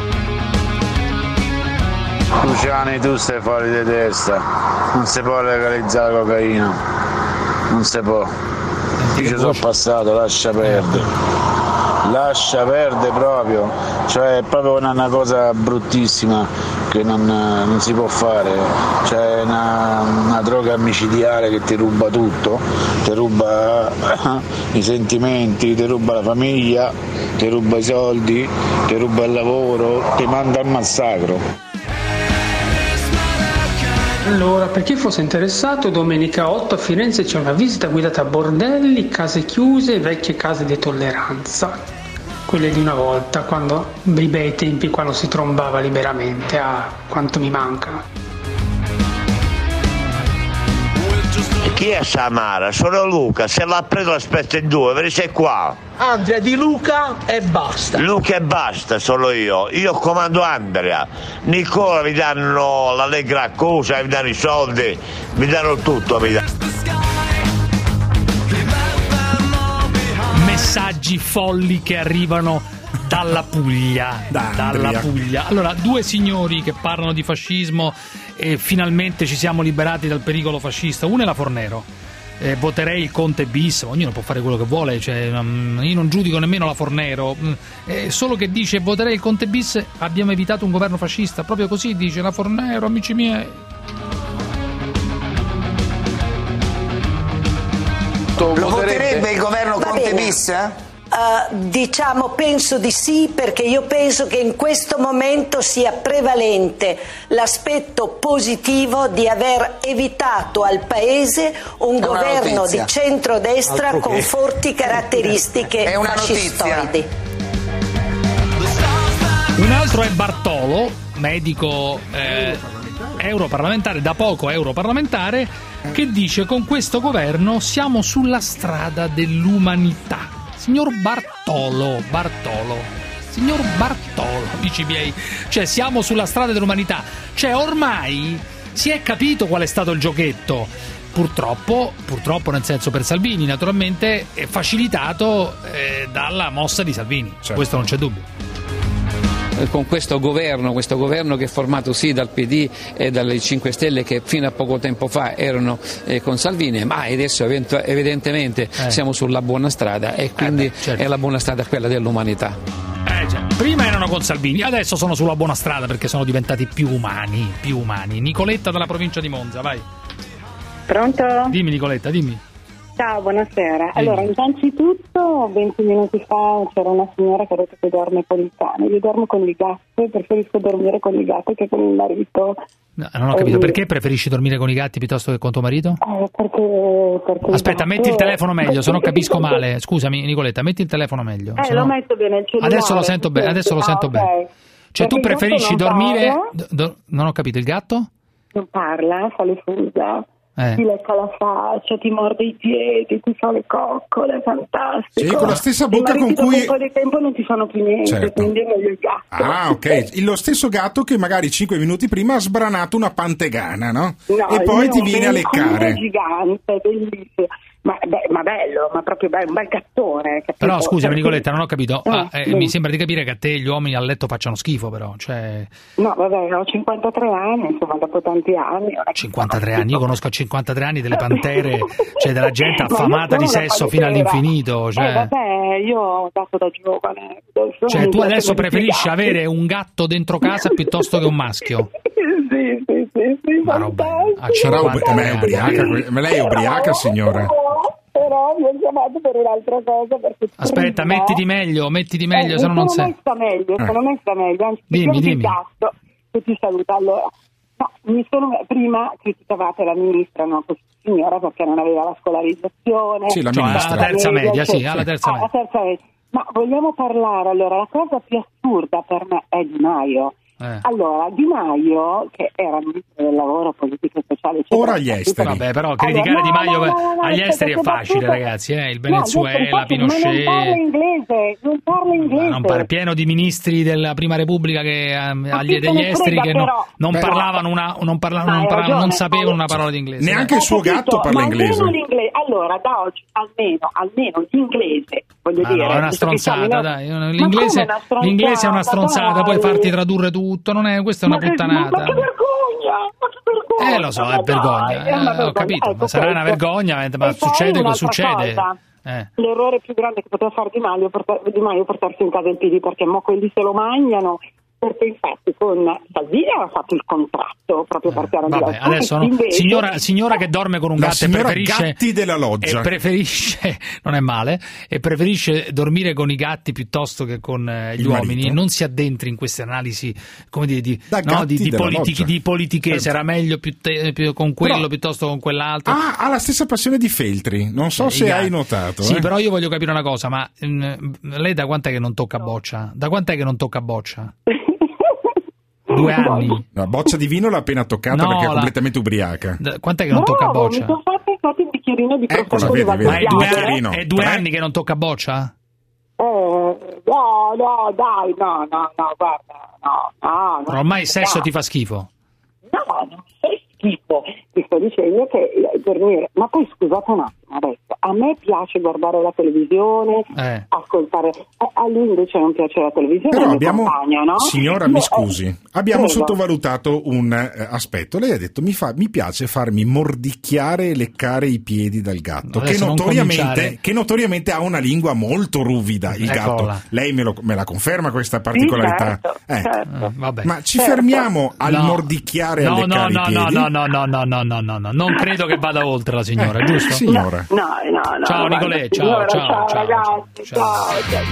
Luciani, tu stai fuori di testa, non si può legalizzare la cocaina, non si può. Io ci sono passato, lascia perdere, lascia perdere proprio, cioè è proprio una, una cosa bruttissima che non, non si può fare, cioè una, una droga micidiale che ti ruba tutto, ti ruba i sentimenti, ti ruba la famiglia, ti ruba i soldi, ti ruba il lavoro, ti manda al massacro. Allora, per chi fosse interessato, domenica otto a Firenze c'è una visita guidata a bordelli, case chiuse e vecchie case di tolleranza. Quelle di una volta, quando, bei bei tempi, quando si trombava liberamente. Ah, quanto mi manca. Chi è Samara? Sono Luca, se l'ha preso aspetta in due, perché sei qua. Andrea di Luca e basta. Luca e basta, sono io. Io comando Andrea. Nicola mi danno la Allegra accusa, mi danno i soldi, mi danno tutto, mi danno. Messaggi folli che arrivano dalla Puglia. Dalla Puglia. Allora, due signori che parlano di fascismo e finalmente ci siamo liberati dal pericolo fascista. Uno è la Fornero. Eh, voterei il Conte bis, ognuno può fare quello che vuole, cioè, um, io non giudico nemmeno la Fornero, mm, eh, solo che dice voterei il Conte bis, abbiamo evitato un governo fascista, proprio così dice la Fornero, amici miei. Lo voterebbe il governo Conte bis? Uh, diciamo penso di sì, perché io penso che in questo momento sia prevalente l'aspetto positivo di aver evitato al Paese un È una governo notizia. di centrodestra Altro con che. forti caratteristiche È una fascistoidi. Un altro è Bartolo, medico eh, europarlamentare, da poco europarlamentare, che dice con questo governo siamo sulla strada dell'umanità. Signor Bartolo, Bartolo, signor Bartolo, amici miei, cioè siamo sulla strada dell'umanità, cioè ormai si è capito qual è stato il giochetto, purtroppo, purtroppo nel senso per Salvini naturalmente, è facilitato eh, dalla mossa di Salvini, certo. Questo non c'è dubbio. Con questo governo, questo governo che è formato sì dal P D e dalle cinque Stelle che fino a poco tempo fa erano eh, con Salvini, ma adesso eventu- evidentemente eh. siamo sulla buona strada e quindi eh beh, certo. è la buona strada quella dell'umanità. Eh già. Prima erano con Salvini, adesso sono sulla buona strada perché sono diventati più umani, più umani. Nicoletta dalla provincia di Monza, vai. Pronto? Dimmi Nicoletta, dimmi. Ciao, buonasera. Dimmi. Allora, innanzitutto venti minuti fa c'era una signora che ha detto che dorme con il cane. Io dormo con il gatto, preferisco dormire con il gatto che con il marito. No, non ho capito, perché preferisci dormire con i gatti piuttosto che con tuo marito? Eh, perché, perché Aspetta, il metti il gatto- telefono meglio, se no capisco male. Scusami Nicoletta, metti il telefono meglio. Eh, se lo no- metto bene il cellulare. Adesso lo sento bene, adesso lo Ah, sento ok. bene. Cioè Perché tu il gatto preferisci non dormire... parla, do- do- non ho capito, il gatto? Non parla, fa le fusa. Eh. Ti lecca la faccia, ti morde i piedi, ti fa le coccole, è fantastico. Sì, con la stessa I bocca mariti con cui- dopo un po' di tempo non ti fanno più niente, Certo. quindi è meglio il gatto. Ah, ok. Lo stesso gatto che magari cinque minuti prima ha sbranato una pantegana, no? No, E poi io ti ho viene a un leccare. culo gigante, bellissimo. Ma, beh, ma bello, ma proprio bello, un bel gattone. Capito? Però scusami Perché- Nicoletta, non ho capito. Eh, Ah, eh, sì. mi sembra di capire che a te gli uomini a letto facciano schifo, però. Cioè, No, vabbè, ho cinquantatré anni, insomma, dopo tanti anni. non è che- cinquantatré anni, io conosco a cinquantatré anni delle pantere, cioè della gente Ma io affamata di sono una sesso fino pantera. all'infinito. Cioè, Eh, vabbè, io ho dato da giovane. Sono cioè tu un adesso gatto preferisci modificato. avere un gatto dentro casa piuttosto che un maschio? Sì, sì, sì, sì, Ma roba, a Sarà ubri- cinquanta ma è anni. ubriaca, que- ma lei è ubriaca, signora? Però mi ho chiamato per un'altra cosa. Perché Aspetta, prima- mettiti meglio, mettiti meglio, Eh, se no non sono sei. messa meglio, Eh. sono messa meglio, anzi, Dimmi, dimmi, dimmi. gatto che ti saluta. Allora, no, mi sono, prima criticavate la ministra, no, questa signora perché non aveva la scolarizzazione. Sì, la Cioè, ministra. alla terza media, sì, eccetera. alla terza Ah, media. la terza media. Ma vogliamo parlare, allora, la cosa più assurda per me è Di Maio. Eh. Allora, Di Maio, che era ministro del lavoro, politico e sociale, eccetera, Ora agli esteri. Vabbè, però criticare Allora, Di no, Maio no, no, no, agli no, esteri è perché facile, battuta- ragazzi, eh? Il No, Venezuela, infatti, ma non Pinochet. parla inglese, non parla inglese. Non pare, pieno di ministri della Prima Repubblica che ehm, Ma agli, chi se degli ne esteri frega, che no- però. non Beh, parlavano una, non, parlavano, Ma non, hai parlavano, non ragione. sapevano una parola di inglese. Neanche eh. il suo Ho capito, gatto parla ma inglese. almeno l'inglese. Allora, da oggi, almeno, almeno l'inglese, voglio Ma dire. no, è una visto che siamo stronzata, in- dai. Ma L'inglese, come una stronzata, l'inglese è una stronzata, puoi dai? farti tradurre tutto, non è, questa è una Ma che- puttanata. Ma che vergogna! Ma che vergogna! Eh, lo so, ma è vergogna, dai, eh, è una ho vergogna. capito, Ecco, ma sarà una questo. vergogna, ma E poi succede che un'altra succede. cosa. Eh. L'errore più grande che poteva fare Di Maio, portar- Di Maio portarsi in casa il P D, perché mo quelli se lo mangiano. Perché infatti con Salvini aveva fatto il contratto proprio perché era Vabbè, adesso no. invece- signora, signora che dorme con un La gatto e signora preferisce Gatti della Loggia. e preferisce non è male e preferisce dormire con i gatti piuttosto che con eh, gli Il uomini. marito. Non si addentri in queste analisi come dire di, Da no, di, Gatti di, della politichi, Loggia. di politichese. Certo. Era meglio più te- più con quello Però- piuttosto che con quell'altro. Ah, ha la stessa passione di Feltri. Non so Eh, i se gatti. hai notato. Sì, eh. però io voglio capire una cosa, ma mm, lei da quant'è che non tocca boccia? Da quant'è che non tocca boccia? Due anni. La boccia di vino l'ha appena toccata No, perché è la- completamente ubriaca. Da- quant'è che non tocca Bravo, boccia? mi sono fatto infatti un bicchierino di Eccola, prosecco di vedi, vedi. Ma è due, Valpogliano. anni, Vino. è due Tre? anni che non tocca boccia? Eh, no, no, dai, no, no, no, guarda, no, no. no. Però ormai il sesso No. ti fa schifo. No, non sei schifo. Ti sto dicendo che eh, dormire. Ma poi scusate un attimo adesso. A me piace guardare la televisione, Eh. ascoltare. Eh, a lui invece non piace la televisione. Però al mio abbiamo, compagno, no? signora, Io- mi scusi, abbiamo prego. sottovalutato un eh, aspetto. Lei ha detto mi, fa, mi piace farmi mordicchiare e leccare i piedi dal gatto, che Adesso non notoriamente, cominciare. che notoriamente ha una lingua molto ruvida, il Eccola. gatto. Lei me, lo- me la conferma questa particolarità? certo, Eh. certo. Eh, vabbè. Ma ci Certo. fermiamo al No. mordicchiare e a No, no, leccare no, i no, piedi? no, no, no, no, no, no, no, no, non credo che vada oltre la signora, Eh, giusto? signora. No, no, no. Ciao, guarda, Nicolè, ciao, signora, ciao, ciao, ragazzi, ciao. ciao. ciao.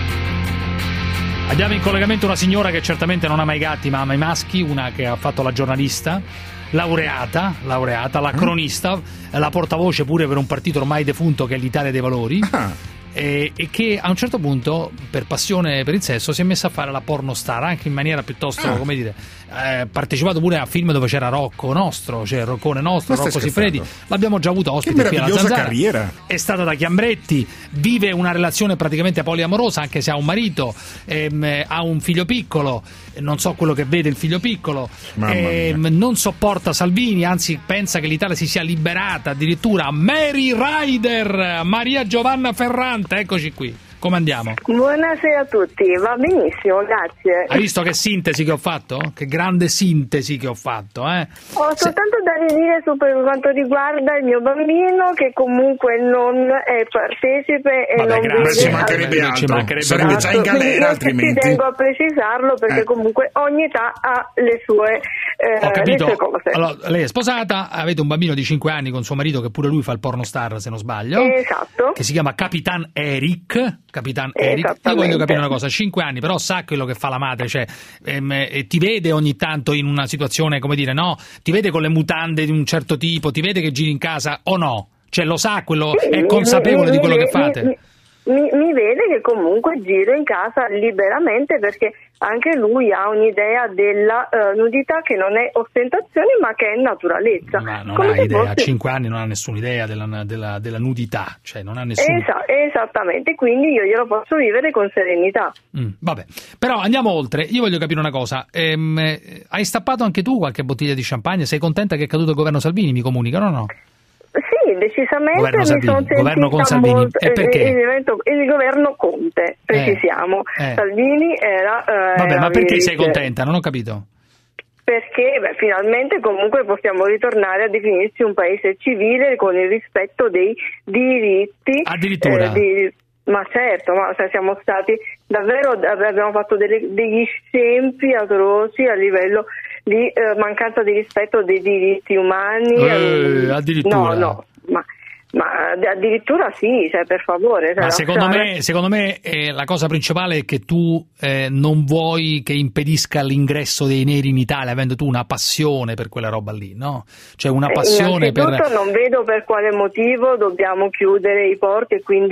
Abbiamo in collegamento una signora che certamente non ama i gatti ma ama i maschi, una che ha fatto la giornalista, laureata, laureata, la cronista, la portavoce pure per un partito ormai defunto che è l'Italia dei Valori. Ah. E, e che a un certo punto, per passione per il sesso, si è messa a fare la pornostar anche in maniera piuttosto, Ah. come dire, eh, partecipato pure a film dove c'era Rocco nostro, cioè Roccone nostro, Ma stai Rocco Siffredi. scherzando? L'abbiamo già avuto Che ospite qui alla meravigliosa Zanzara. carriera. È stata da Chiambretti, vive una relazione praticamente poliamorosa, anche se ha un marito, ehm, ha un figlio piccolo, non so quello che vede il figlio piccolo, Mamma ehm, non sopporta Salvini, anzi pensa che l'Italia si sia liberata addirittura. Mary Rider, Maria Giovanna Ferrante, eccoci qui. come andiamo? Buonasera a tutti, va benissimo, grazie. Hai visto che sintesi che ho fatto? Che grande sintesi che ho fatto, eh? Ho soltanto da ridire su per quanto riguarda il mio bambino, che comunque non è partecipe e Vabbè, non grazie, vede... ci mancherebbe altro, ci mancherebbe sarebbe già in Quindi galera io altrimenti. Ci tengo a precisarlo perché Eh. comunque ogni età ha le sue, eh, Ho capito. le sue cose. Allora, lei è sposata, avete un bambino di cinque anni con suo marito che pure lui fa il pornostar, se non sbaglio. Esatto. Che si chiama Capitan Eric. Capitan Eric. Io Esattamente. voglio capire una cosa, cinque anni, però sa quello che fa la madre, cioè ehm, eh, ti vede ogni tanto in una situazione, come dire, no? Ti vede con le mutande di un certo tipo, ti vede che giri in casa o no? Cioè lo sa, quello Sì, è mi- consapevole mi- di quello mi- che fate? Mi, mi, mi vede che comunque giro in casa liberamente, perché anche lui ha un'idea della eh, nudità che non è ostentazione ma che è naturalezza. Ma non Come ha se idea, a fosse- cinque anni non ha nessuna idea della, della, della nudità, cioè non ha nessun... Esa- esattamente, quindi io glielo posso vivere con serenità. Mm, vabbè, però andiamo oltre. Io voglio capire una cosa. Ehm, eh, hai stappato anche tu qualche bottiglia di champagne? Sei contenta che è caduto il governo Salvini? Mi comunicano o no? Sì, decisamente Governo mi Salvini, sono sentita governo con Salvini. molto- E perché? Il, il, il governo Conte, precisiamo. eh. Salvini era... eh, Vabbè, ma era perché sei vice. contenta? Non ho capito. Perché beh, finalmente comunque possiamo ritornare a definirci un paese civile con il rispetto dei diritti. Addirittura? eh, di- ma certo, ma cioè, siamo stati davvero, abbiamo fatto delle- degli scempi atroci a livello di eh, mancanza di rispetto dei diritti umani. Eh, ehm, addirittura? No, no, ma, ma addirittura sì, cioè, per favore. Cioè, Ma secondo lasciare- me, secondo me eh, la cosa principale è che tu eh, non vuoi che impedisca l'ingresso dei neri in Italia, avendo tu una passione per quella roba lì, no? Cioè una Eh, passione per... Innanzitutto non vedo per quale motivo dobbiamo chiudere i porti e quindi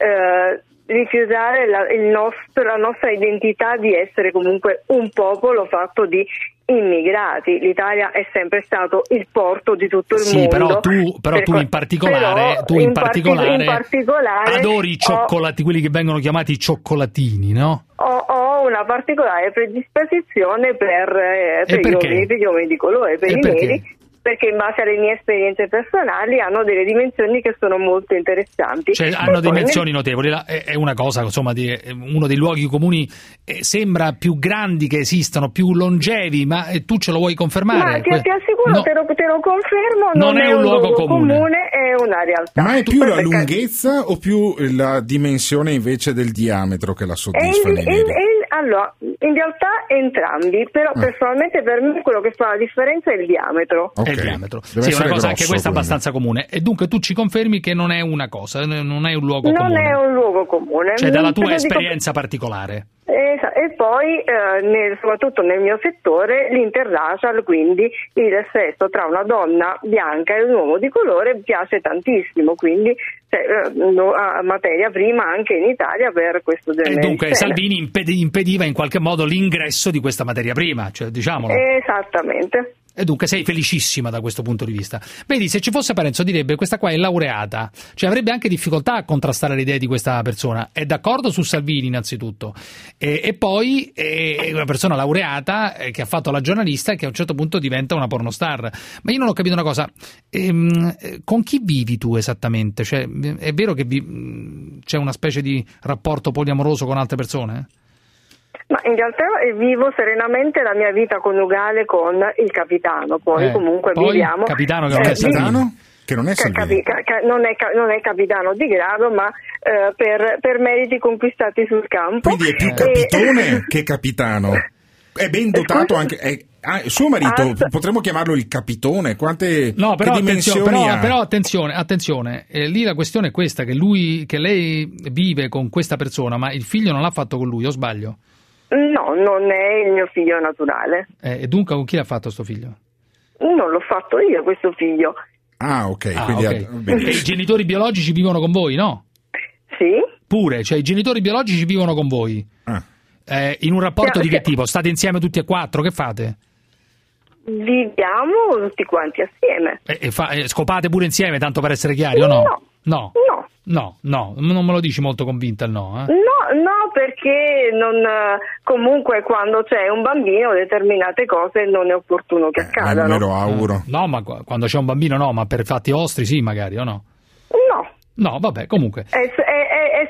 eh, rifiutare la, il nostro, la nostra identità di essere comunque un popolo fatto di immigrati. L'Italia è sempre stato il porto di tutto il Sì, mondo. però tu, però Per tu co- in particolare, però tu in in parti- particolare, in particolare adori i ho- cioccolati, quelli che vengono chiamati cioccolatini, no? Ho, ho una particolare predisposizione per, eh, per, gli perché? uomini, per gli uomini di colore, per E i perché? neri, perché in base alle mie esperienze personali hanno delle dimensioni che sono molto interessanti. Cioè E hanno poi dimensioni notevoli. La- È è una cosa, insomma, di, è uno dei luoghi comuni eh, sembra più grandi che esistano, più longevi, ma eh, tu ce lo vuoi confermare? Ma ti, Que- ti assicuro, No. te, lo, te lo confermo, Non non, è un luogo comune. è una realtà. Ma è più la Perché- lunghezza o più la dimensione invece del diametro che la E soddisfa in- nei in- neri? in- allora, in realtà entrambi, però Ah. personalmente per me quello che fa la differenza è il diametro. È il diametro. Deve Sì, è una essere cosa anche grosso, questa quindi. abbastanza comune. E dunque tu ci confermi che non è una cosa, non è un luogo Non comune. è un luogo comune. Cioè dalla tua Te lo dico- esperienza particolare. Esa- E poi, eh, nel- soprattutto nel mio settore, l'interracial, quindi il sesso tra una donna bianca e un uomo di colore piace tantissimo, quindi cioè, eh, no- ha materia prima anche in Italia per questo genere. E dunque di scene. Salvini impedi- impediva in qualche modo l'ingresso di questa materia prima, cioè diciamolo. Esattamente. E dunque sei felicissima da questo punto di vista. Vedi, se ci fosse Parenzo direbbe questa qua è laureata, cioè avrebbe anche difficoltà a contrastare le idee di questa persona. È d'accordo su Salvini innanzitutto e, e poi è una persona laureata eh, che ha fatto la giornalista e che a un certo punto diventa una pornostar. Ma io non ho capito una cosa, ehm, eh, con chi vivi tu esattamente? Cioè, è vero che vi, mh, c'è una specie di rapporto poliamoroso con altre persone? Ma in realtà eh, vivo serenamente la mia vita coniugale con il capitano, poi Eh, comunque poi viviamo... capitano che non è eh, Salvini. Che non è Ca- Salvini. capi- ca- ca- non, è ca- non è capitano di grado, ma eh, per, per meriti conquistati sul campo. Quindi è più E- capitone che capitano. È ben dotato Scusa? anche. È, ah, suo marito, Ah, potremmo chiamarlo il capitone? Quante No, però che attenzione, dimensioni però, ha? però attenzione, attenzione. Eh, lì la questione è questa, che lui, che lei vive con questa persona, ma il figlio non l'ha fatto con lui, o sbaglio? No, non è il mio figlio naturale. Eh, e dunque con chi l'ha fatto sto figlio? Non l'ho fatto io questo figlio. Ah, ok. Ah, quindi ok. ha- benissimo. E i genitori biologici vivono con voi, no? Sì. Pure, cioè i genitori biologici vivono con voi. Ah. Eh, in un rapporto Sì, di che sì. tipo? State insieme tutti e quattro? Che fate? Viviamo tutti quanti assieme. E, e fa- e scopate pure insieme, tanto per essere chiari, o no? No. No. No. No, no, non me lo dici molto convinta il no, eh? No, no, perché non, eh, comunque quando c'è un bambino determinate cose non è opportuno che accadano. Me lo auguro. No, ma qu- quando c'è un bambino no, ma per fatti vostri sì magari, o no? No. No, vabbè, comunque. È, è- è- è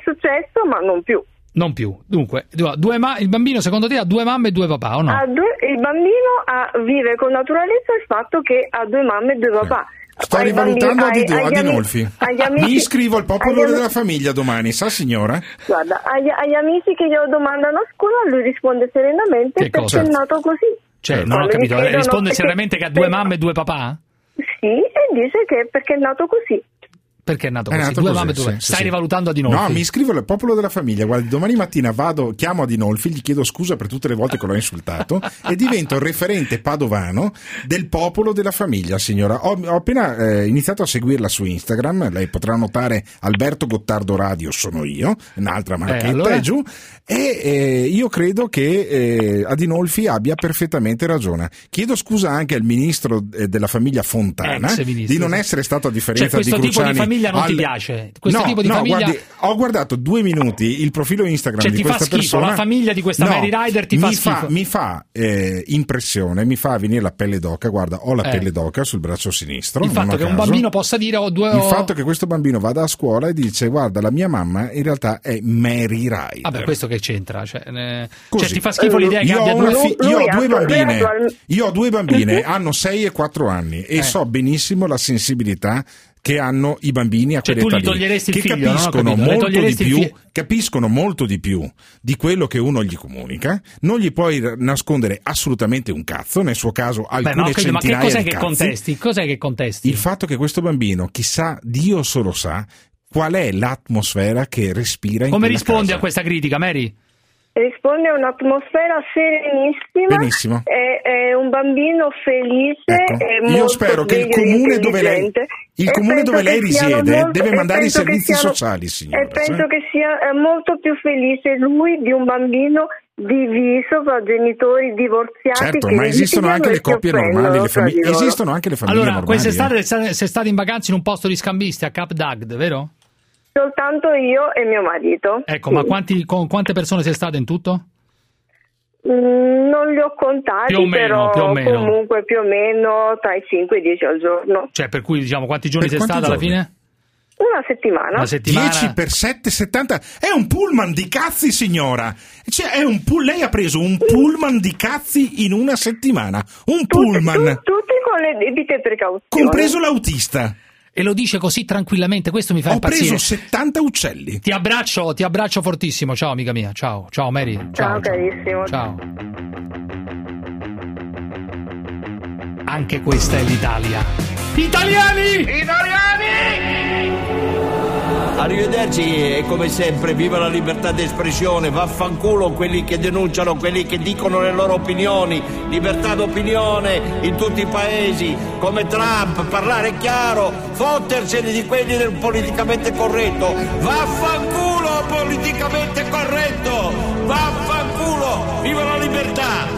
successo, ma non più. Non più. Dunque, due ma- il bambino secondo te ha due mamme e due papà o no? Ha due, il bambino ha, vive con naturalezza il fatto che ha due mamme e due papà. Sto Ai rivalutando bambini, Adi- ai- agli ami- Adinolfi. agli amici- Mi iscrivo al popolo agli ami- della famiglia domani, sa signora? Guarda, agli, agli amici che glielo domandano a scuola, lui risponde serenamente Che perché cosa? è nato così. Cioè, non ho Quando gli capito, chiedono risponde perché- seriamente che ha due mamme e due papà? Sì, e dice che perché è nato così. Perché è nato È così? nato due così, mamme e due. sì, sì, Stai sì. rivalutando Adinolfi? No, mi iscrivo al popolo della famiglia. Guardi, domani mattina vado, chiamo Adinolfi, gli chiedo scusa per tutte le volte che l'ho insultato e divento il referente padovano del popolo della famiglia, signora. Ho, ho appena eh, iniziato a seguirla su Instagram, lei potrà notare Alberto Gottardo Radio, sono io, un'altra marchetta Eh, allora? è giù, e eh, io credo che eh, Adinolfi abbia perfettamente ragione. Chiedo scusa anche al ministro eh, della famiglia Fontana Ex ministro, di non sì. essere stato, a differenza Cioè, questo di tipo di Cruciani, famiglia non ti al- piace? Questo no, tipo di no, famiglia- guardi, ho guardato due minuti il profilo Instagram Cioè, di ti fa questa schifo, persona. la famiglia di questa No, Mary Rider ti fa mi schifo. fa, mi fa eh, impressione, mi fa venire la pelle d'oca. Guarda, ho la Eh. pelle d'oca sul braccio sinistro. Il non fatto a che un caso. bambino possa dire ho due... Il ho- fatto che questo bambino vada a scuola e dice guarda, la mia mamma in realtà è Mary Rider. Vabbè, questo che c'entra? Cioè, eh, Così. cioè, ti fa schifo l'idea che io abbia ho, una due... fi- io ho due bambine, io ho due bambine, Mhm. hanno sei e quattro anni e Eh. so benissimo la sensibilità che hanno i bambini a Cioè, quell'età tu gli lì, toglieresti il che figlio, non ho capiscono capito, le molto di toglieresti il più, fi- capiscono molto di più di quello che uno gli comunica, non gli puoi nascondere assolutamente un cazzo, nel suo caso Beh, alcune ma, ho capito, ma che centinaia cos'è di che cazzi. contesti? Cos'è che contesti? Il fatto che questo bambino, chissà, Dio solo sa, qual è l'atmosfera che respira in Come quella rispondi casa. a questa critica, Mary? Risponde a un'atmosfera serenissima. Benissimo. È, è un bambino felice. Ecco, è io molto spero che il sveglio e comune dove lei, intelligente. il E comune penso dove lei che siano risiede molto- deve e mandare i penso che servizi siano- sociali, signora. E penso sì. che sia eh, molto più felice lui di un bambino diviso tra genitori divorziati. Certo, che ma esistono litigano anche e le si coppie offendono normali, le tra famiglie- di loro. esistono anche le famiglie Allora, normali. quest'estate eh. sei sei stata in vacanza in un posto di scambisti a Cap d'Agde, vero? Soltanto io e mio marito. Ecco, Sì. ma quanti, con quante persone sei stata in tutto? Mm, non li ho contati, Più o meno, però più o meno. comunque più o meno tra i cinque e i dieci al giorno. Cioè, per cui, diciamo, quanti giorni Per sei quanti stata alla giorni? fine? Una settimana. Una settimana. dieci per sette, settanta è un pullman di cazzi, signora. Cioè, è un pull- lei ha preso un pullman di cazzi in una settimana. Un pullman, Tu- tutti con le debite precauzioni. compreso l'autista. E lo dice così tranquillamente, questo mi fa Ho impazzire. preso settanta uccelli. Ti abbraccio, ti abbraccio fortissimo. Ciao, amica mia. Ciao, ciao, Mary. Ciao, Ciao, carissimo. ciao. Anche questa è l'Italia. Italiani! Arrivederci e come sempre viva la libertà di espressione, vaffanculo quelli che denunciano, quelli che dicono le loro opinioni, libertà d'opinione in tutti i paesi, come Trump, parlare chiaro, fottersene di quelli del politicamente corretto, vaffanculo politicamente corretto, vaffanculo, viva la libertà!